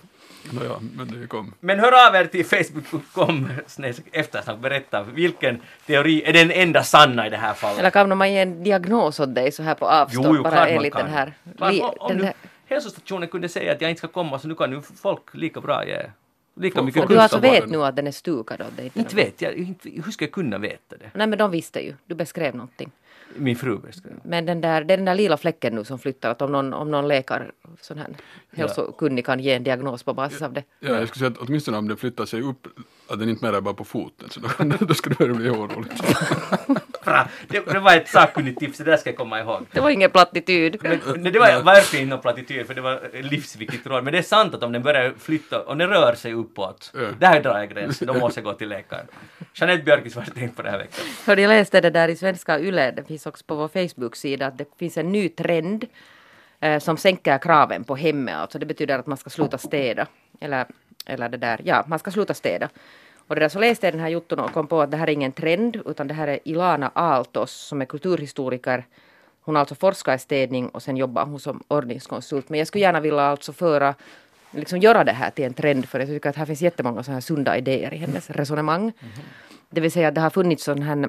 det kom. Men hör av er till facebook.com eftersnack, berätta vilken teori är den enda sanna i det här fallet. Eller kan man ge en diagnos åt dig så här på avstånd? Jo, bara enligt den här. Om nu hälsostationen kunde säga att jag inte ska komma så nu kan ju folk lika bra ge lika mycket Du kunskap. alltså vet nu att den är stukad åt dig? Inte vet jag, hur ska jag kunna veta det? Nej, men de visste ju. Du beskrev någonting. Min fru beskrev. Men det är den där lila fläcken nu som flyttar, att om någon läkare sån här hälsokunnig kan ge en diagnos på basis av det. Ja, jag skulle säga att åtminstone om den flyttar sig upp, att den inte mer är bara på foten, så då skulle det bli oroligt. Bra, det var ett sakkunnigt tips, det där ska jag komma ihåg. Det var ingen plattityd. Men det var verkligen ingen plattityd, för det var livsviktigt råd. Men det är sant att om den börjar flytta, om den rör sig uppåt, där drar jag gränsen, då måste jag gå till läkaren. Jeanette Björkis, vad har du tänkt på det här veckan? Hörde jag läste det där i Svenska Yle, det finns också på vår Facebook-sida, att det finns en ny trend som sänker kraven på hemmet. Alltså det betyder att man ska sluta städa. Eller det där, ja, man ska sluta städa. Och det där så läste jag den här jutton och kom på att det här är ingen trend, utan det här är Ilana Aaltos som är kulturhistoriker. Hon har alltså forskat i städning och sen jobbar hon som ordningskonsult. Men jag skulle gärna vilja alltså göra det här till en trend, för jag tycker att här finns jättemånga sådana här sunda idéer i hennes resonemang. Det vill säga att det har funnits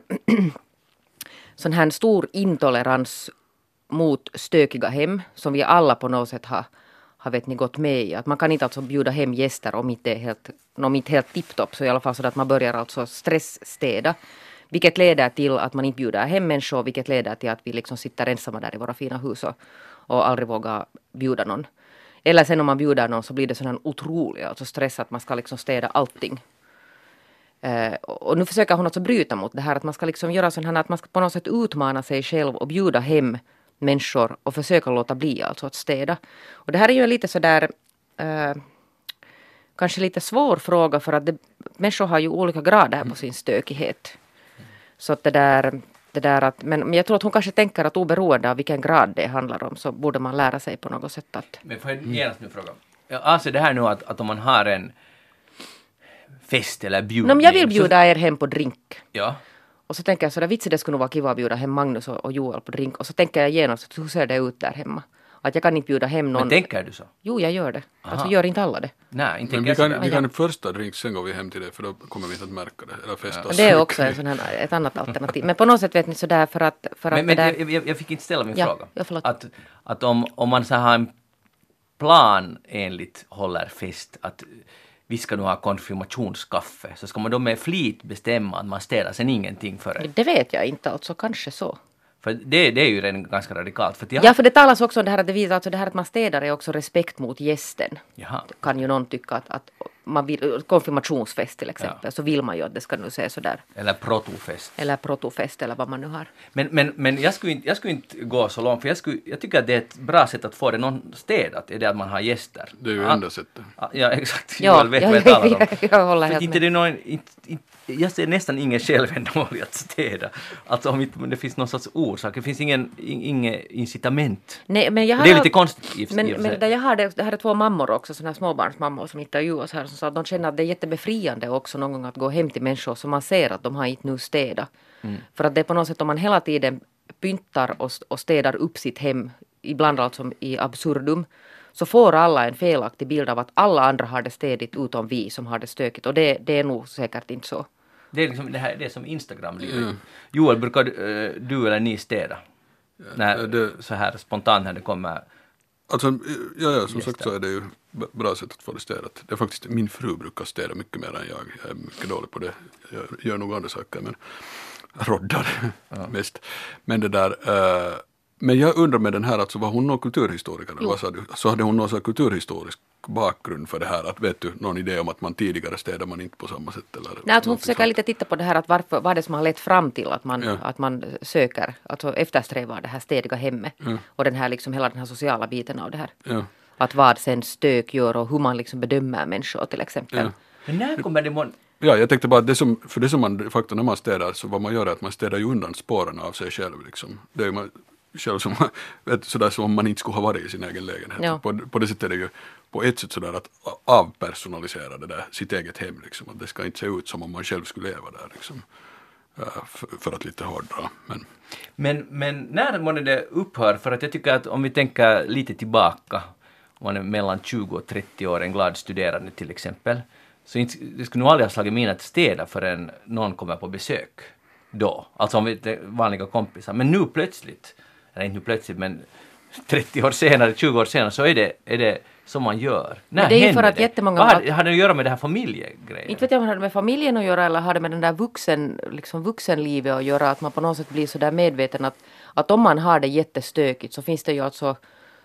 sån här stor intolerans mot stökiga hem som vi alla på något sätt har gått med i. Att man kan inte alltså bjuda hem gäster om inte helt tipptopp, så i alla fall så att man börjar alltså stressstäda. Vilket leder till att man inte bjuder hem människor, vilket leder till att vi liksom sitter ensamma där i våra fina hus och aldrig vågar bjuda någon. Eller sen om man bjuder någon så blir det sån här otrolig alltså stress att man ska liksom städa allting. Och nu försöker hon alltså bryta mot det här att man ska liksom göra sån här att man ska på något sätt utmana sig själv och bjuda hem människor och försöka låta bli alltså att städa. Och det här är ju lite sådär kanske lite svår fråga, för att människor har ju olika grader på sin stökighet. Så att det där att, men jag tror att hon kanske tänker att oberoende av vilken grad det handlar om så borde man lära sig på något sätt att... Men får jag genast nu fråga? Jag anser det här nu att om man har en fest eller bjudning... Jag vill bjuda er hem på drink. Ja. Och så tänker jag så där vitsen det skulle nog vara kiva att bjuda hem Magnus och Joel på drink. Och så tänker jag genast hur ser det ut där hemma. Att jag kan inte bjuda hem någon... Men tänker du så? Jo, jag gör det. Alltså gör inte alla det. Nej, inte men vi kan första drink, sen går vi hem till det, för då kommer vi inte att märka det. Eller festa oss. Det är också ett annat alternativ. Men på något sätt vet ni sådär för att men det där... jag fick inte ställa min fråga. Ja, förlåt. Att om man så har en plan enligt håller fest att vi ska nu ha konfirmationskaffe, så ska man då med flit bestämma att man ställer sen ingenting före. Det vet jag inte, alltså kanske så. För det är ju redan ganska radikalt. För det talas också om det här att det visar alltså det här att man städar är också respekt mot gästen. Jaha. Kan ju någon tycka att man vill, konfirmationsfest till exempel, så vill man ju att det ska nu se sådär. Eller protofest. Eller protofest eller vad man nu har. Men jag skulle inte gå så långt, för jag tycker att det är ett bra sätt att få det någon städat, är det att man har gäster. Det är ju enda sättet. Ja, exakt. Ja, jag vet vad jag talar om. Jag håller helt inte med. Jag ser nästan ingen självändamål i att städa. Alltså om det finns någon sorts orsak. Det finns ingen incitament. Nej, men jag har, det är lite konstigt. Men där jag hade 2 mammor också, sådana här småbarnsmammor som intervjuas här, som sa att de känner att det är jättebefriande också någon gång att gå hem till människor som man ser att de har inte nu städat. För att det är på något sätt om man hela tiden pyntar och städar upp sitt hem, ibland alltså i absurdum, så får alla en felaktig bild av att alla andra har det städigt utom vi som har det stökigt. Och det är nog säkert inte så. Det är liksom det är som Instagram. Joel, brukar du eller ni städa? Så här spontant när det kommer Alltså, ja, som sagt så är det ju bra sätt att få det städat. Det är faktiskt, min fru brukar städa mycket mer än jag. Jag är mycket dålig på det. Jag gör nog andra saker, men roddar mest. Men det där... Men jag undrar med den här, alltså var hon någon kulturhistoriker? Vad sa du? Så hade hon någon sån kulturhistorisk bakgrund för det här? Att vet du någon idé om att man tidigare städade man inte på samma sätt? Eller nej, att hon försöker lite titta på det här, att vad är det som har lett fram till att man söker, alltså eftersträvar det här städiga hemmet. Och den här liksom, hela den här sociala biten av det här. Ja. Att vad sen stök gör och hur man liksom bedömer människor till exempel. Ja. Men när kommer det Ja, jag tänkte bara att det som man faktiskt när man städar, så vad man gör är att man städar ju undan spåren av sig själv liksom. Det är man själv som sådär som om man inte skulle ha varit i sin egen lägenhet. Ja. På det sättet är det ju på ett sätt sådär att avpersonalisera det där sitt eget hem liksom. Att det ska inte se ut som om man själv skulle leva där liksom. För att lite hårdra. Men när måste det upphör? För att jag tycker att om vi tänker lite tillbaka, om man är mellan 20 och 30 år, en glad studerande till exempel, så det skulle nog aldrig ha slagit mig att städa förrän någon kommer på besök då. Alltså om vi är vanliga kompisar. Men nu plötsligt, eller inte nu plötsligt, men 30 år senare, 20 år senare, så är det som man gör. När det är ju för att jättemånga... Vad har det att göra med det här familjegrejen? Inte vet jag om det har med familjen att göra eller har det med den där vuxenlivet att göra, att man på något sätt blir så där medveten att om man har det jättestökigt så finns det ju alltså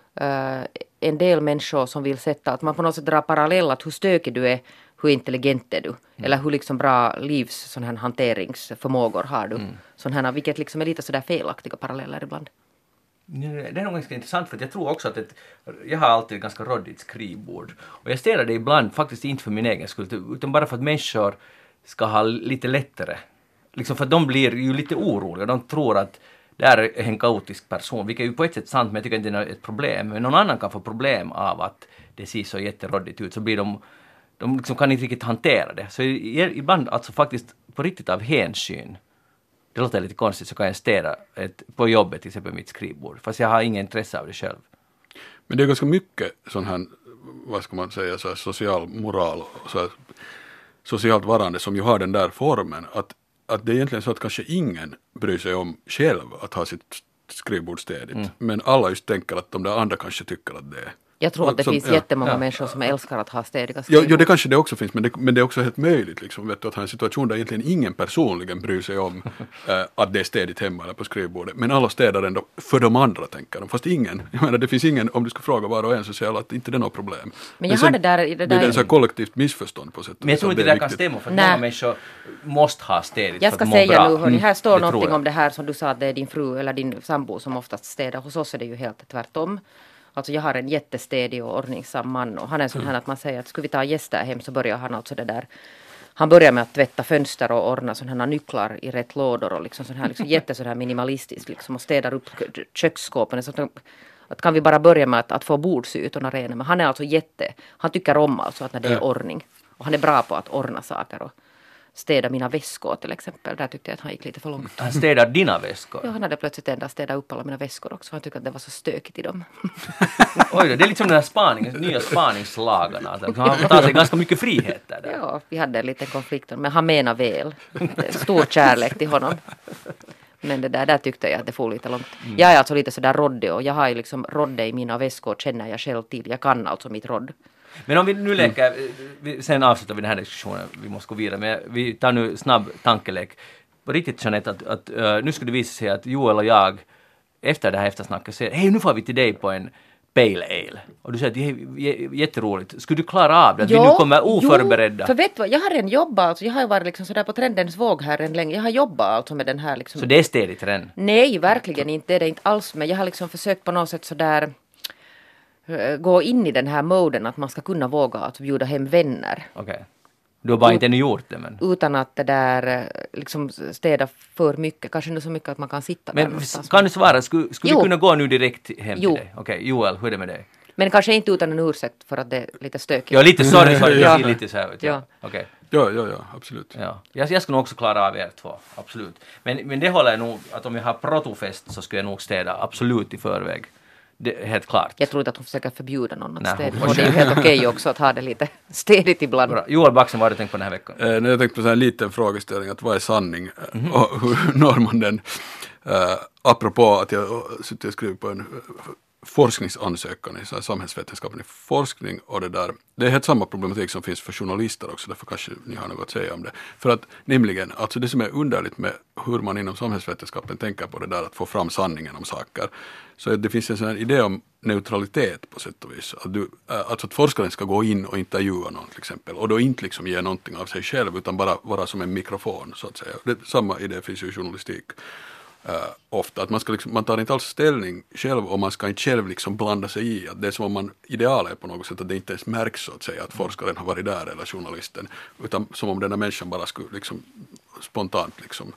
en del människor som vill sätta att man på något sätt drar parallell att hur stökig du är, hur intelligent är du? Eller hur liksom bra sån här hanteringsförmågor har du? Sån här, vilket liksom är lite sådär felaktiga paralleller ibland. Det är nog ganska intressant för att jag tror också att jag har alltid ett ganska råddigt skrivbord. Och jag städar det ibland faktiskt inte för min egen skull utan bara för att människor ska ha lite lättare. Liksom för att de blir ju lite oroliga. De tror att det är en kaotisk person, vilket är ju på ett sätt sant, men jag tycker inte det är ett problem. Men någon annan kan få problem av att det ser så jätteråddigt ut, så blir de liksom kan inte riktigt hantera det. Så ibland alltså faktiskt på riktigt av hänsyn, det låter lite konstigt, så kan jag städa på jobbet till exempel mitt skrivbord, fast jag har ingen intresse av det själv. Men det är ganska mycket sån här, vad ska man säga, så här social moral och så här, socialt varande som ju har den där formen att det är egentligen så att kanske ingen bryr sig om själv att ha sitt skrivbord städigt. Men alla just tänker att de där andra kanske tycker att det är. Jag tror att det finns jättemånga människor som älskar att ha städiga skrivbord. Jo, det kanske det också finns, men det är också helt möjligt liksom, vet du, att ha en situation där egentligen ingen personligen bryr sig om att det är städigt hemma eller på skrivbordet. Men alla städar ändå för de andra, tänker de. Fast ingen, jag menar det finns ingen, om du ska fråga var och en så säger alla att inte det är något problem. Men jag har det där... Det är en sån här kollektivt missförstånd på sätt. Men jag tror inte det kan stämma, för många människor måste ha städigt. Jag ska säga nu, hörni, här står någonting om det här som du sa att det är din fru eller din sambo som oftast städar. Hos oss är det ju helt tvärtom. Alltså jag har en jättestedig och ordningsam man och han är sån här att man säger att skulle vi ta gäster hem så börjar han alltså det där. Han börjar med att tvätta fönster och ordna sådana här nycklar i rätt lådor och liksom sån här liksom så här minimalistiskt liksom och städar upp köksskåpen. Så att kan vi bara börja med att få bordsytorna rena. Men han är alltså han tycker om alltså att när det är ordning. Och han är bra på att ordna saker och städa mina väskor till exempel. Där tyckte jag att han gick lite för långt. Han städar dina väskor? Ja, han hade plötsligt endast städat upp alla mina väskor också. Han tyckte att det var så stökigt i dem. Oj då, det är liksom den här nya spaningslagarna. Han tar sig ganska mycket friheter där. Ja, vi hade en liten konflikt. Men han menar väl. Stor kärlek till honom. Men det där tyckte jag att det får lite långt. Jag är alltså lite sådär roddig och jag har ju liksom rodde i mina väskor, känner jag själv till. Jag kan alltså mitt rodd. Men om vi nu leker, sen avslutar vi den här diskussionen, vi måste gå vidare, men vi tar nu snabb tankelek. På riktigt Jeanette, att nu skulle det visa sig att Joel och jag efter det här eftersnacket säger, hej nu får vi till dig på en pale ale. Och du säger att det är jätteroligt. Skulle du klara av det? Att vi nu kommer oförberedda? Jo, för vet du vad, jag har jobbat, alltså, jag har ju varit liksom sådär på trendens våg här en länge. Jag har jobbat alltså med den här liksom. Så det är städigt trend? Nej, verkligen inte, det är det inte alls. Men jag har liksom försökt på något sätt sådär gå in i den här moden att man ska kunna våga att bjuda hem vänner. Okej. Du har bara inte ännu gjort det, men... Utan att det där liksom städa för mycket. Kanske inte så mycket att man kan sitta där. Men kan du svara, skulle vi kunna gå nu direkt hem till dig? Okej, Joel, hur är det med dig? Men kanske inte utan en ursäkt för att det är lite stökigt. Ja, lite sorry. Lite så här. Ja. Okej. Ja, absolut. Ja. Jag skulle nog också klara av er två, absolut. Men det håller jag nog, att om jag har protofest så skulle jag nog städa absolut i förväg. Det är helt klart. Jag tror inte att hon försöker förbjuda någon att städa. Och det är ju helt okej också att ha det lite städigt ibland. Bra. Joel Backsen, vad har du tänkt på den här veckan? Jag tänkte på en liten frågeställning, att vad är sanning? Och hur når man den? Apropå att jag sitter och skriver på en forskningsansökan i så här samhällsvetenskaplig forskning och det är helt samma problematik som finns för journalister också, därför kanske ni har något att säga om det. För att nämligen, alltså det som är underligt med hur man inom samhällsvetenskapen tänker på det där att få fram sanningen om saker, så att det finns en sån här idé om neutralitet på sätt och vis. Alltså att forskaren ska gå in och intervjua någon till exempel, och då inte liksom ge någonting av sig själv utan bara vara som en mikrofon så att säga. Samma idé finns ju i journalistik. Ofta att man tar inte alls ställning själv och man ska inte själv liksom blanda sig i, att det är som om man idealet är på något sätt att det inte ens märks så att säga att forskaren har varit där eller journalisten, utan som om den här människan bara skulle liksom spontant liksom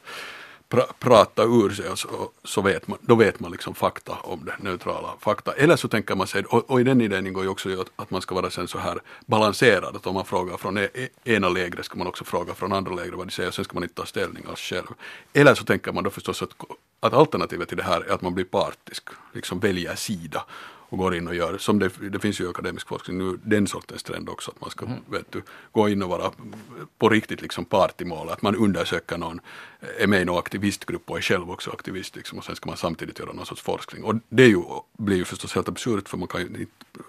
prata ur sig och så vet man liksom fakta om det, neutrala fakta. Eller så tänker man sig, och i den idén ingår ju också att man ska vara sen så här balanserad, att om man frågar från ena lägret ska man också fråga från andra lägret vad de säger, och sen ska man inte ta ställning alls själv. Eller så tänker man då förstås att alternativet till det här är att man blir partisk, liksom väljer sida och går in och gör, som det finns ju i akademisk forskning nu, den sortens trend också, att man ska gå in och vara på riktigt liksom part i mål, att man undersöker någon, är med i någon aktivistgrupp och är själv också aktivist liksom, och sen ska man samtidigt göra någon sorts forskning. Och det blir ju förstås helt absurt, för man kan ju inte,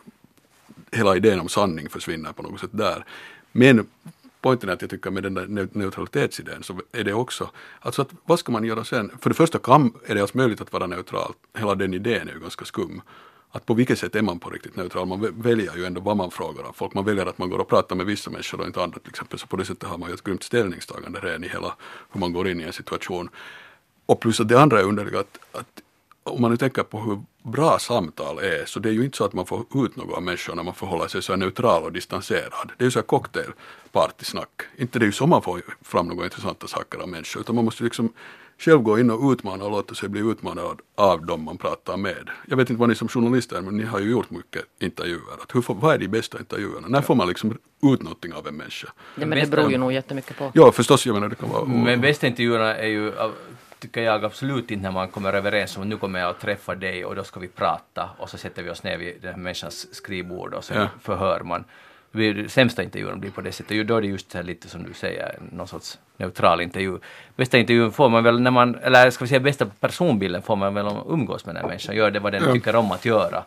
hela idén om sanning försvinner på något sätt där. Men poängen är att jag tycker med den där neutralitetsidén så är det också, alltså att vad ska man göra sen? För det första är det alltså möjligt att vara neutral, hela den idén är ju ganska skum. Att på vilket sätt är man på riktigt neutral? Man väljer ju ändå vad man frågar av folk. Man väljer att man går och pratar med vissa människor och inte andra till exempel. Så på det sättet har man ju ett grymt ställningstagande redan i hela hur man går in i en situation. Och plus att det andra är underligt att om man nu tänker på hur bra samtal är, så det är ju inte så att man får ut något av människor när man förhåller sig så här neutral och distanserad. Det är ju så här cocktailpartysnack. Inte det är ju så man får fram några intressanta saker av människor, utan man måste liksom själv gå in och utmana och låta sig bli utmanad av dem man pratar med. Jag vet inte vad ni som journalister är, men ni har ju gjort mycket intervjuer. Vad är de bästa intervjuerna? När får man liksom ut någonting av en människa? Ja, men det beror ju nog jättemycket på. Ja, förstås, jag menar det kan vara... Men bästa intervjuerna är ju, tycker jag absolut inte, när man kommer överens om nu kommer jag att träffa dig och då ska vi prata och så sätter vi oss ner vid den här människans skrivbord och så förhör man. Sämsta intervjun blir på det sättet. Då är det just så här lite som du säger, någon sorts neutral intervju. Bästa intervjun får man väl när man, eller ska vi säga bästa personbilden får man väl om man umgås med den här människan. Gör det vad den tycker om att göra.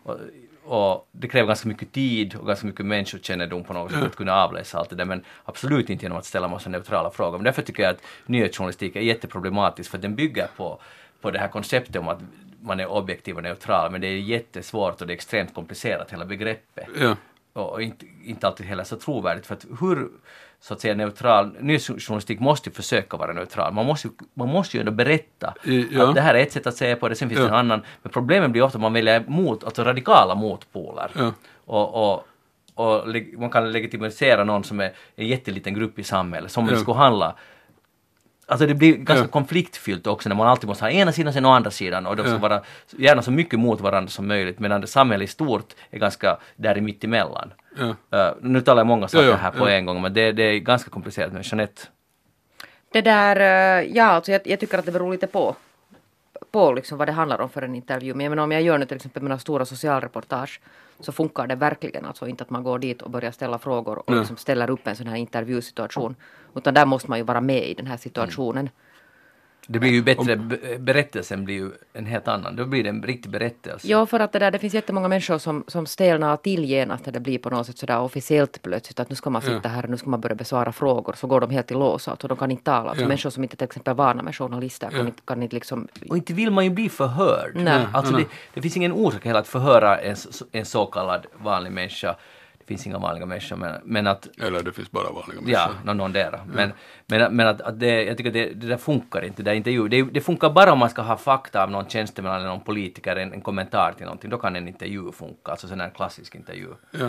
Och det kräver ganska mycket tid och ganska mycket människokännedom på något sätt att kunna avläsa allt det där. Men absolut inte genom att ställa massa neutrala frågor. Men därför tycker jag att nyhetsjournalistik är jätteproblematisk, för den bygger på det här konceptet om att man är objektiv och neutral. Men det är jättesvårt och det är extremt komplicerat, hela begreppet. Ja. Och inte alltid heller så trovärdigt, för att hur så att säga neutral, nyhetsjournalistik måste ju försöka vara neutral. Man måste ju ändå berätta att det här är ett sätt att säga på det, sen finns det en annan. Men problemet blir ofta att man väljer alltså radikala motpoler. Och man kan legitimisera någon som är en jätteliten grupp i samhället, som det skulle handla. Alltså det blir ganska konfliktfyllt också när man alltid måste ha ena sidan sen och andra sidan, och de ska vara gärna så mycket mot varandra som möjligt, medan det samhället i stort är ganska där i mitt emellan. Nu talar jag många saker här på en gång, men det är ganska komplicerat. Men Jeanette? Det där, alltså jag tycker att det beror lite på liksom vad det handlar om för en intervju. Men jag menar, om jag gör nu till exempel mina stora socialreportage, så funkar det verkligen. Alltså inte att man går dit och börjar ställa frågor och liksom ställer upp en sån här intervjusituation. Utan där måste man ju vara med i den här situationen. Det blir ju bättre, berättelsen blir ju en helt annan. Då blir det en riktig berättelse. Ja, för att det finns jättemånga människor som stelnar till genast när det blir på något sätt sådär officiellt plötsligt. Att nu ska man sitta här och nu ska man börja besvara frågor. Så går de helt i lås och de kan inte tala. Alltså människor som inte till exempel är vana med journalister kan inte liksom... Och inte vill man ju bli förhörd. Nej. Alltså det finns ingen orsak heller att förhöra en så kallad vanlig människa. Det finns inga vanliga människor, men att... Eller det finns bara vanliga människor. Ja, någon där. Men att det, jag tycker det där funkar inte. Det funkar bara om man ska ha fakta av någon tjänsteman eller någon politiker, en kommentar till någonting. Då kan en intervju funka, alltså sån här klassisk intervju.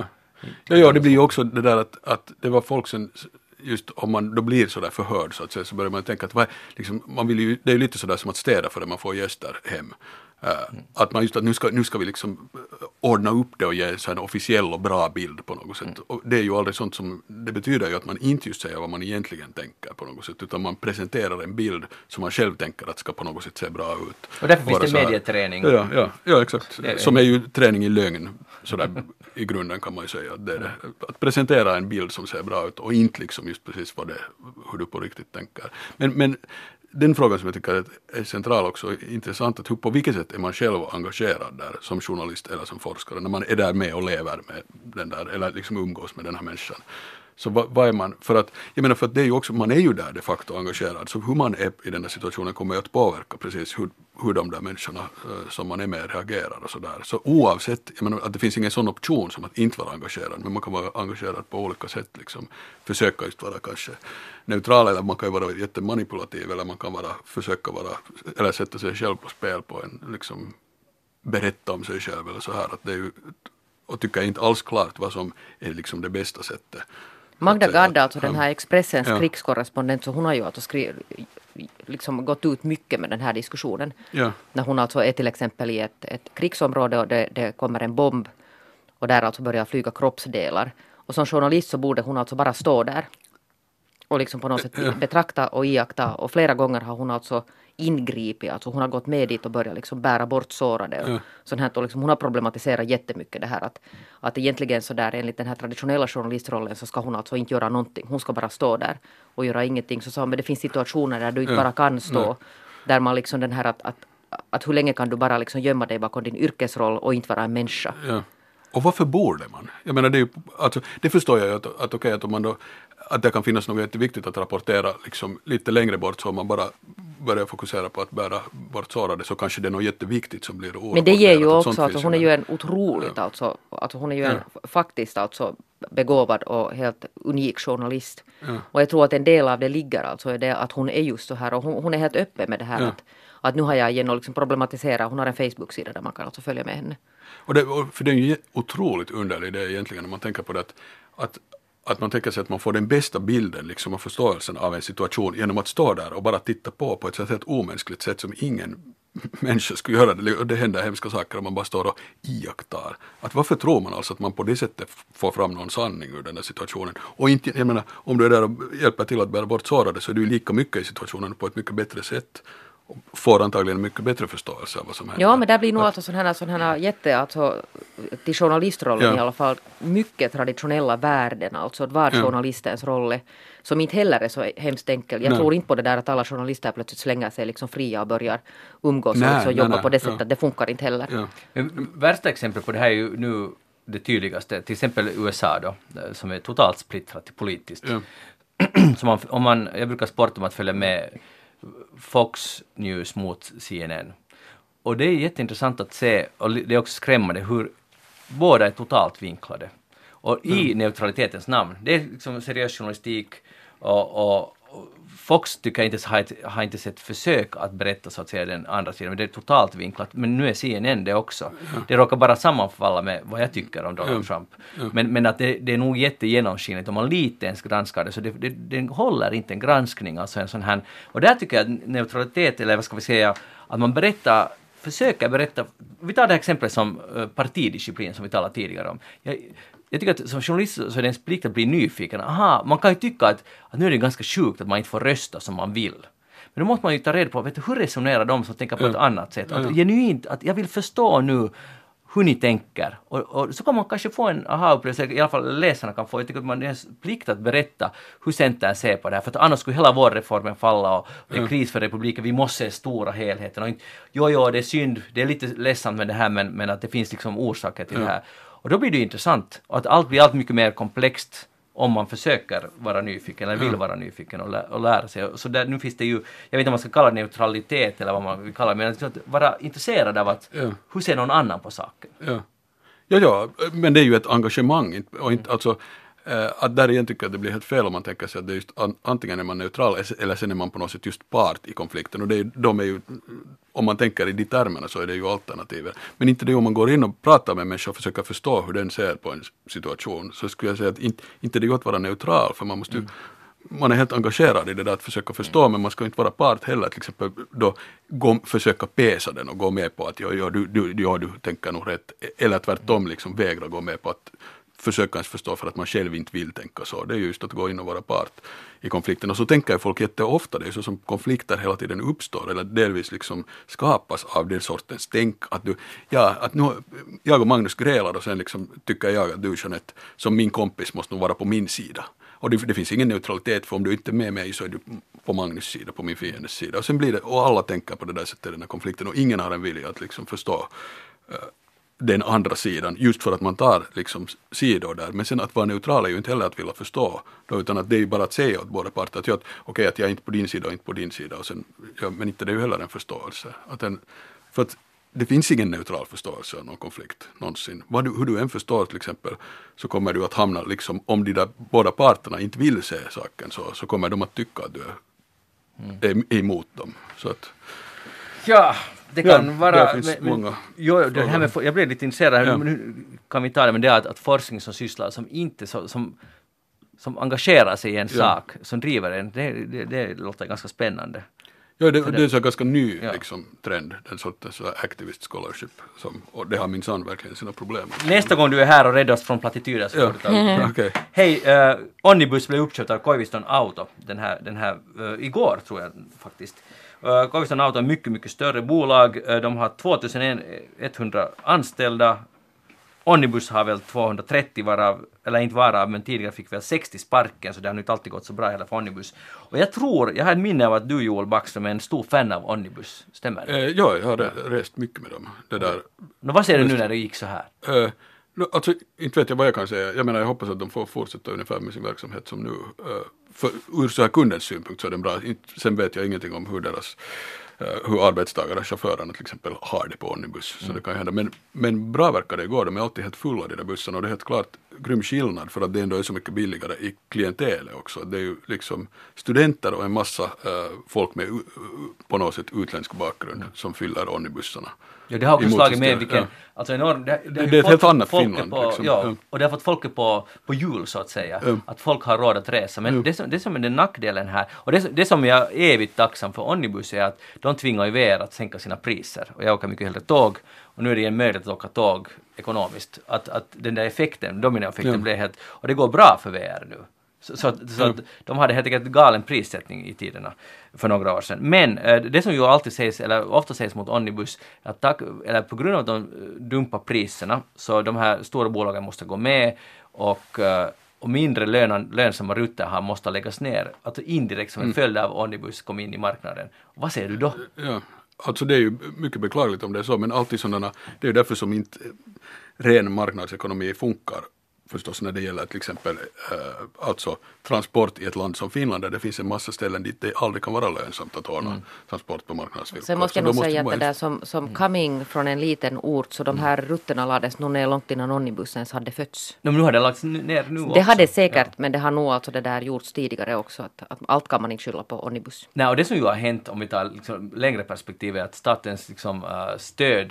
Ja, det blir ju också det där att det var folk som... Just om man då blir så där förhörd så att säga, så börjar man tänka att liksom, man vill ju, det är ju lite sådär som att städa för det man får gäster hem. Att man just att nu ska vi liksom ordna upp det och ge så en officiell och bra bild på något sätt. Och det är ju aldrig sånt som, det betyder ju att man inte just säger vad man egentligen tänker på något sätt, utan man presenterar en bild som man själv tänker att ska på något sätt se bra ut. Och därför finns det medieträning. Ja, exakt. Som är ju träning i lögn, sådär i grunden kan man ju säga att det är det. Att presentera en bild som ser bra ut och inte liksom just precis hur du på riktigt tänker. Men den frågan som jag tycker är central också är intressant, att hur på vilket sätt är man själv engagerad där som journalist eller som forskare när man är där med och lever med den där eller liksom umgås med den här människan. Så vad är man, för att det är ju också, man är ju där de facto engagerad, så hur man är i den där situationen kommer att påverka precis hur de där människorna som man är med reagerar och sådär. Så oavsett, att det finns ingen sån option som att inte vara engagerad, men man kan vara engagerad på olika sätt, liksom försöka just vara kanske neutral, eller man kan vara jättemanipulativ, eller man kan försöka vara, eller sätta sig själv på spel på en, liksom berätta om sig själv eller så här, att det är ju, och tycker jag inte alls klart vad som är liksom det bästa sättet. Magda Gad, alltså den här Expressens krigskorrespondent, så hon har ju alltså liksom gått ut mycket med den här diskussionen. Ja. När hon alltså är till exempel i ett krigsområde och det kommer en bomb och där alltså börjar flyga kroppsdelar. Och som journalist så borde hon alltså bara stå där och liksom på något sätt betrakta och iaktta. Och flera gånger har hon alltså ingripit, alltså hon har gått med dit och börjat liksom bära bort sårade. Och sånt här, och liksom hon har problematiserat jättemycket det här att egentligen så där enligt den här traditionella journalistrollen så ska hon alltså inte göra någonting. Hon ska bara stå där och göra ingenting. Så sa hon, men det finns situationer där du inte bara kan stå. Där man liksom den här att hur länge kan du bara liksom gömma dig bakom din yrkesroll och inte vara en människa. Ja. Och varför borde man? Jag menar det är ju, alltså, det förstår jag ju att okej, att om man då, att det kan finnas något jätteviktigt att rapportera liksom lite längre bort, så om man bara börjar fokusera på att bära bort sårade, så kanske det är något jätteviktigt som blir orapporterat. Men det ger ju också, alltså, hon är ju en otroligt, alltså hon är ju en faktiskt alltså begåvad och helt unik journalist. Ja. Och jag tror att en del av det ligger alltså i det att hon är just så här, och hon är helt öppen med det här att nu har jag igen liksom problematisera, hon har en Facebook-sida där man kan alltså följa med henne. För det är ju otroligt underligt det egentligen när man tänker på det att man tänker sig att man får den bästa bilden liksom och förståelsen av en situation genom att stå där och bara titta på ett sätt helt omänskligt sätt som ingen människa skulle göra det. Och det händer hemska saker om man bara står och iakttar. Att varför tror man alltså att man på det sättet får fram någon sanning ur den här situationen? Och inte, jag menar, om du är där och hjälper till att bära bort sårade, så är du lika mycket i situationen på ett mycket bättre sätt. Och får antagligen mycket bättre förståelse av vad som händer. Ja, men där blir nog alltså sådana här jätte, alltså till journalistrollen i alla fall, mycket traditionella värden, alltså vad journalistens roll är, som inte heller är så hemskt enkel. Jag tror inte på det där att alla journalister plötsligt slänger sig liksom fria och börjar umgås och liksom jobba på det sättet. Det funkar inte heller. Ja. Men värsta exempel på det här är ju nu det tydligaste, till exempel USA då, som är totalt splittrat politiskt. Ja. Så jag brukar sporta om att följa med Fox News mot CNN. Och det är jätteintressant att se, och det är också skrämmande hur båda är totalt vinklade. Och i neutralitetens namn, det är liksom seriös journalistik och Fox tycker jag inte har inte sett försök att berätta så att säga den andra sidan, men det är totalt vinklat. Men nu är CNN det också. Det råkar bara sammanfalla med vad jag tycker om Donald Trump. Men att det är nog jättegenomskinligt om man lite ens granskar det, så det håller inte en granskning, alltså en sån här. Och där tycker jag att neutralitet, eller vad ska vi säga, att man försöker berätta, vi tar det här exemplet som partidisciplin som vi talade tidigare om. Jag tycker att som journalist så är det en plikt att bli nyfiken. Man kan ju tycka att nu är det ganska sjukt att man inte får rösta som man vill. Men då måste man ju ta reda på, hur resonerar de som tänker på ett annat sätt? Att genuint, att jag vill förstå nu hur ni tänker. Och så kan man kanske få en aha-upplevelse, i alla fall läsarna kan få. Jag tycker att man är en plikt att berätta hur Centern ser på det här. För att annars skulle hela vår reformen falla och det är kris för republiken. Vi måste se stora helheten. Och inte, jo, det är synd, det är lite ledsamt med det här, men att det finns liksom orsaker till det här. Och då blir det intressant. Och att allt blir allt mycket mer komplext om man försöker vara nyfiken eller vill vara nyfiken och lära sig. Så där, nu finns det ju, jag vet inte om man ska kalla det neutralitet eller vad man vill kalla det, men att vara intresserad av att hur ser någon annan på saken. Ja, men det är ju ett engagemang och inte, alltså att där igen tycker jag att det blir helt fel om man tänker sig att det är just antingen är man neutral eller sen är man på något sätt just part i konflikten, och de är ju, om man tänker i de termerna så är det ju alternativer. Men inte det om man går in och pratar med människor och försöker förstå hur den ser på en situation, så skulle jag säga att inte det går att vara neutral, för man måste man är helt engagerad i det där att försöka förstå, men man ska inte vara part heller, till exempel då försöka pesa den och gå med på att du tänker nog rätt, eller tvärtom liksom vägra gå med på att försöka ens förstå för att man själv inte vill tänka så. Det är just att gå in och vara part i konflikten. Och så tänker folk jätteofta, det är så som konflikter hela tiden uppstår eller delvis liksom skapas av den sortens tänk att att nu, jag och Magnus grälar och sen liksom tycker jag att du, Jeanette, som min kompis måste nog vara på min sida. Och det finns ingen neutralitet, för om du inte är med mig så är du på Magnus sida, på min fiendes sida. Och sen blir det, och alla tänker på det där sättet i den här konflikten, och ingen har en vilja att liksom förstå den andra sidan, just för att man tar liksom sidor där. Men sen att vara neutral är ju inte heller att vilja förstå, då, utan att det är ju bara att säga åt båda parter att okej, att jag är inte på din sida och inte på din sida, och sen, men inte det är ju heller en förståelse. För att det finns ingen neutral förståelse av någon konflikt någonsin. Hur du än förstår till exempel, så kommer du att hamna, liksom, om de där båda parterna inte vill se saken, så kommer de att tycka att du är emot dem. Så att, ja, det kan vara... Det finns många det här med, jag blev lite intresserad här, men nu kan vi ta det, men det är att forskning som sysslar, som inte som engagerar sig i en sak, som driver en, det låter ganska spännande. Ja, det är så ganska ny liksom, trend, den sortens activist scholarship, och det har minsann verkligen sina problem. Nästa gång du är här och räddar oss från plattityder så får du ta okay. Hej, Onnibus blev uppköpt av Koiviston Auto den här igår tror jag faktiskt. Koiviston Auto är mycket, mycket större bolag. De har 2100 anställda. Onnibus har väl 230 men tidigare fick väl 60 sparken, så det har nu inte alltid gått så bra heller för Onnibus. Och jag har ett minne av att du, Joel Backström, är en stor fan av Onnibus, stämmer det? Ja, jag har rest mycket med dem. Det där. Vad säger du nu när det gick så här? Alltså, inte vet jag vad jag kan säga. Jag menar, jag hoppas att de får fortsätta ungefär med sin verksamhet som nu. För ur så här kundens synpunkt så är den bra. Sen vet jag ingenting om hur arbetstagare, chaufförerna till exempel, har det på Onnibus. Så det kan hända. Men bra verkar det gå. De är alltid helt fulla, de där bussarna. Och det är helt klart grym skillnad, för att det ändå är så mycket billigare i klientelet också. Det är ju liksom studenter och en massa folk med på något sätt utländsk bakgrund som fyller Onnibussarna. Ja, det har också slagit med vilken... Alltså enorm, det är ett helt annat Finland. Liksom. Och det har fått folket på jul så att säga. Att folk har råd att resa. Men det som är den nackdelen här, och det som jag är evigt tacksam för Onnibus är att de tvingar ju VR att sänka sina priser. Och jag åker mycket hellre tåg. Och nu är det en möjlighet att åka tåg ekonomiskt. Att den där effekten, domineffekten blir helt... Och det går bra för VR nu. Så att de hade helt enkelt galen prissättning i tiderna för några år sedan. Men det som ju alltid sägs, eller ofta sägs mot Onnibus, att på grund av att de dumpar priserna, så de här stora bolagen måste gå med, och mindre lönsamma rutter måste läggas ner. Alltså indirekt som en följd av Onnibus kom in i marknaden. Och vad säger du då? Ja, alltså det är ju mycket beklagligt om det är så, men alltid sådana, det är ju därför som inte ren marknadsekonomi funkar. Förstås när det gäller till exempel alltså transport i ett land som Finland, där det finns en massa ställen dit det aldrig kan vara lönsamt att ordna transport på marknadsvillkor. Sen måste jag nog säga att det där som coming från en liten ort, så de här rutterna lades nog ner långt innan Onnibusen ens hade fötts. Nu har det lagts ner nu också. Det hade säkert, men det har nog alltså det där gjorts tidigare också, att allt kan man inte skylla på Onnibus. Nej, och det som ju har hänt, om vi tar liksom längre perspektiv, är att statens liksom, stöd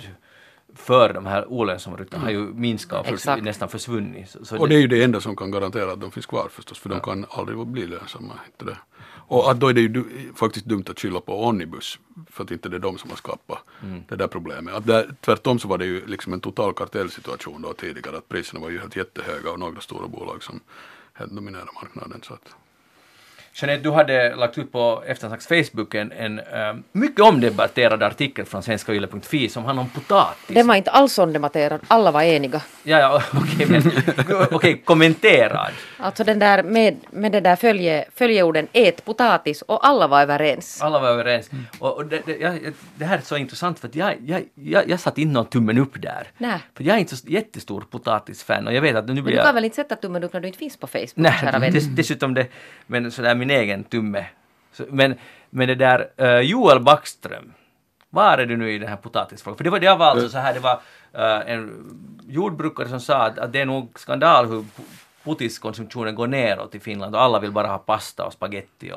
för de här olönsamma rutterna har ju minskat och nästan försvunnit. Så och det är ju det enda som kan garantera att de finns kvar förstås, för de kan aldrig bli lönsamma. Inte det. Och att då är det ju faktiskt dumt att skylla på Onnibus, för att inte det är de som har skapat det där problemet. Att tvärtom så var det ju liksom en total kartellsituation då tidigare, att priserna var ju helt jättehöga och några stora bolag som helt dominerade marknaden. Så att. Jeanette, du hade lagt ut på Eftersnacks Facebook en mycket omdebatterad artikel från svenskayle.fi som handlar om potatis. Den var inte alls omdebatterad, alla var eniga. Ja, okej, kommenterad. Alltså den där med det där följeorden ät potatis, och alla var överens. Alla var överens. Och det här är så intressant, för att jag satt in någon tummen upp där. Nej. För jag är inte så jättestor potatisfan, och jag vet att nu blir men du kan väl inte sätta tummen upp när du inte finns på Facebook? Nej, dessutom det, men sådär min egen tumme. Men det där Joel Backström, var är du nu i den här potatisfrågan? För det var alltså så här, det var en jordbrukare som sa att det är nog skandal hur potiskonsumtionen går neråt i Finland, och alla vill bara ha pasta och spaghetti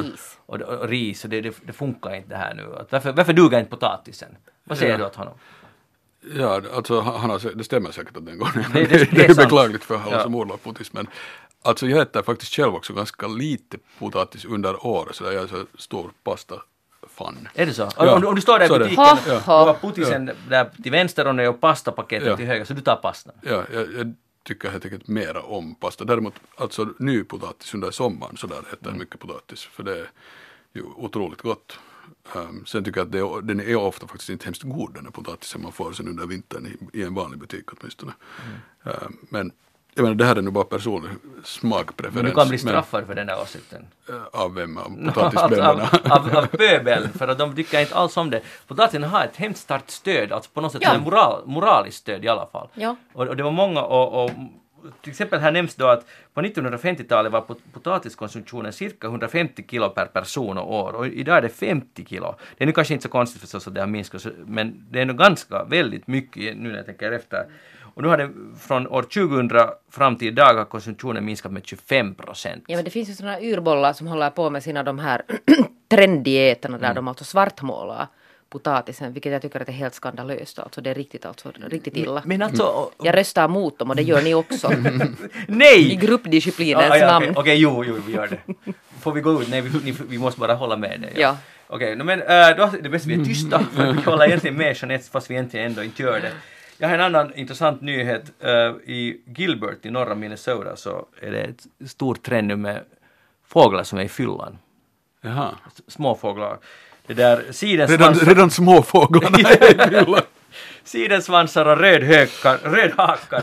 och ris, och det funkar inte det här nu. Varför duger inte potatisen? Vad säger du åt honom? Ja, alltså det stämmer säkert att den går ner. Det är beklagligt för alla som odlar potis, men alltså jag äter faktiskt själv också ganska lite potatis under året, så jag är så stor pasta-fan. Är det så? Ja, om du står där i butiken, du har potisen där till vänster och och pastapaketet till höger, så du tar pastan. Ja, jag tycker helt enkelt mera om pasta. Däremot alltså ny potatis under sommaren, så där äter jag mycket potatis, för det är ju otroligt gott. Sen tycker jag att den är ofta faktiskt inte hemskt god, den här potatisen man får sen under vintern i en vanlig butik åtminstone. Men jag menar, det här är nu bara personlig smakpreferens. Men du kan bli straffad för den där åsikten. Av vem? Av potatisbönderna? av pöbeln, för att de tycker inte alls om det. Potatisen har ett hemskt starkt stöd, alltså på något sätt en moraliskt stöd i alla fall. Ja. Och det var många, och till exempel här nämns då att på 1950-talet var potatiskonsumtionen cirka 150 kilo per person och år, och idag är det 50 kilo. Det är nu kanske inte så konstigt förstås att det har minskat, men det är nog ganska väldigt mycket nu när jag tänker efter. Och nu har det från år 2000 fram till idag har konsumtionen minskat med 25%. Ja, men det finns ju sådana urbollar som håller på med sina de här trenddieterna där de alltså svartmålar potatisen, vilket jag tycker att är helt skandalöst. Alltså det är riktigt illa. Men alltså, jag röstar mot dem och det gör ni också. Nej! I gruppdisciplinens namn. Okej, jo, vi gör det. Får vi gå ut? Nej, vi måste bara hålla med dig. Ja. Okej, men då det bästa vi är tysta, för vi håller egentligen med Jeanette fast vi egentligen ändå inte gör det. Jag har en annan intressant nyhet. I Gilbert i norra Minnesota så är det ett stort trend nu med fåglar som är i fyllan. Jaha. Småfåglar. Det där redan småfåglarna är i fyllan. Sidensvansar och rödhakar.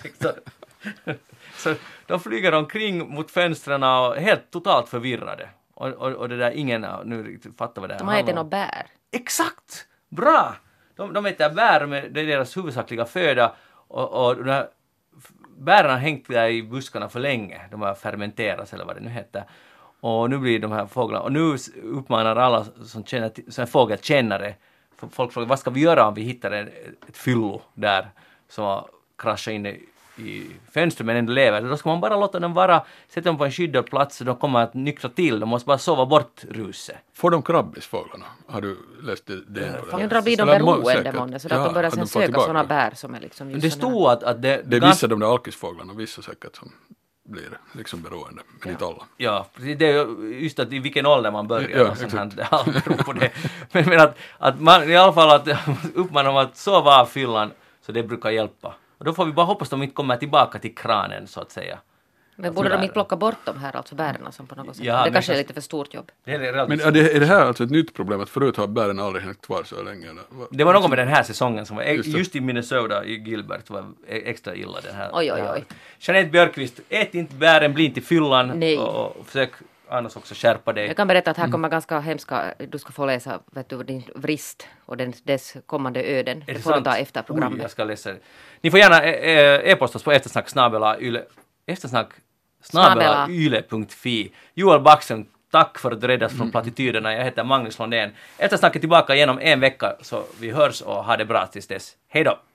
Så de flyger omkring mot fönstren och helt totalt förvirrade. Och det där ingen nu riktigt fattar vad det är. De har ätit något bär. Exakt! Bra! De äter bär, med det är deras huvudsakliga föda, och de här bären har hängt där i buskarna för länge. De har fermenterats eller vad det nu heter. Och nu blir de här fåglarna, och nu uppmanar alla som känner som fågelkännare, folk frågar vad ska vi göra om vi hittar ett fyllo där som har kraschat in i fönstret men ändå lever. Då ska man bara låta dem vara, sätta dem på en skyddad plats och de kommer att nyktra till. De måste bara sova bort ruset. Får de krabbisfåglarna? Har du läst det? Undrar blir de beroende så att de börjar sen söka sådana bär som är liksom just det stod att det är vissa de där alkisfåglarna, vissa säkert som blir liksom beroende, men inte alla. Ja, det är just att i vilken ålder man börjar och sånt här, det beror på det. Men att man i alla fall att uppmanar dem att sova av fyllan, så det brukar hjälpa. Och då får vi bara hoppas att de inte kommer tillbaka till kranen så att säga. Men borde de inte plocka bort de här alltså bärerna som på något sätt? Ja, det kanske är lite för stort jobb. Men är det här alltså ett nytt problem att förut har bären aldrig hängt kvar så länge? Eller? Det var något med den här säsongen som var just i Minnesota i Gilbert var extra illa den här. Oj. Jeanette Björkqvist, ät inte bären, bli inte i fyllan. Nej. Och försök annars också skärpa dig. Jag kan berätta att här kommer ganska hemska, du ska få läsa din vrist och dess kommande öden. Det får du ta efter programmet. Jag ska läsa det. Ni får gärna e-posta på eftersnack@yle.fi. Joel Backström, tack för att du räddas från plattityderna. Jag heter Magnus Londén. Eftersnack är tillbaka genom en vecka, så vi hörs och ha det bra tills dess. Hej då!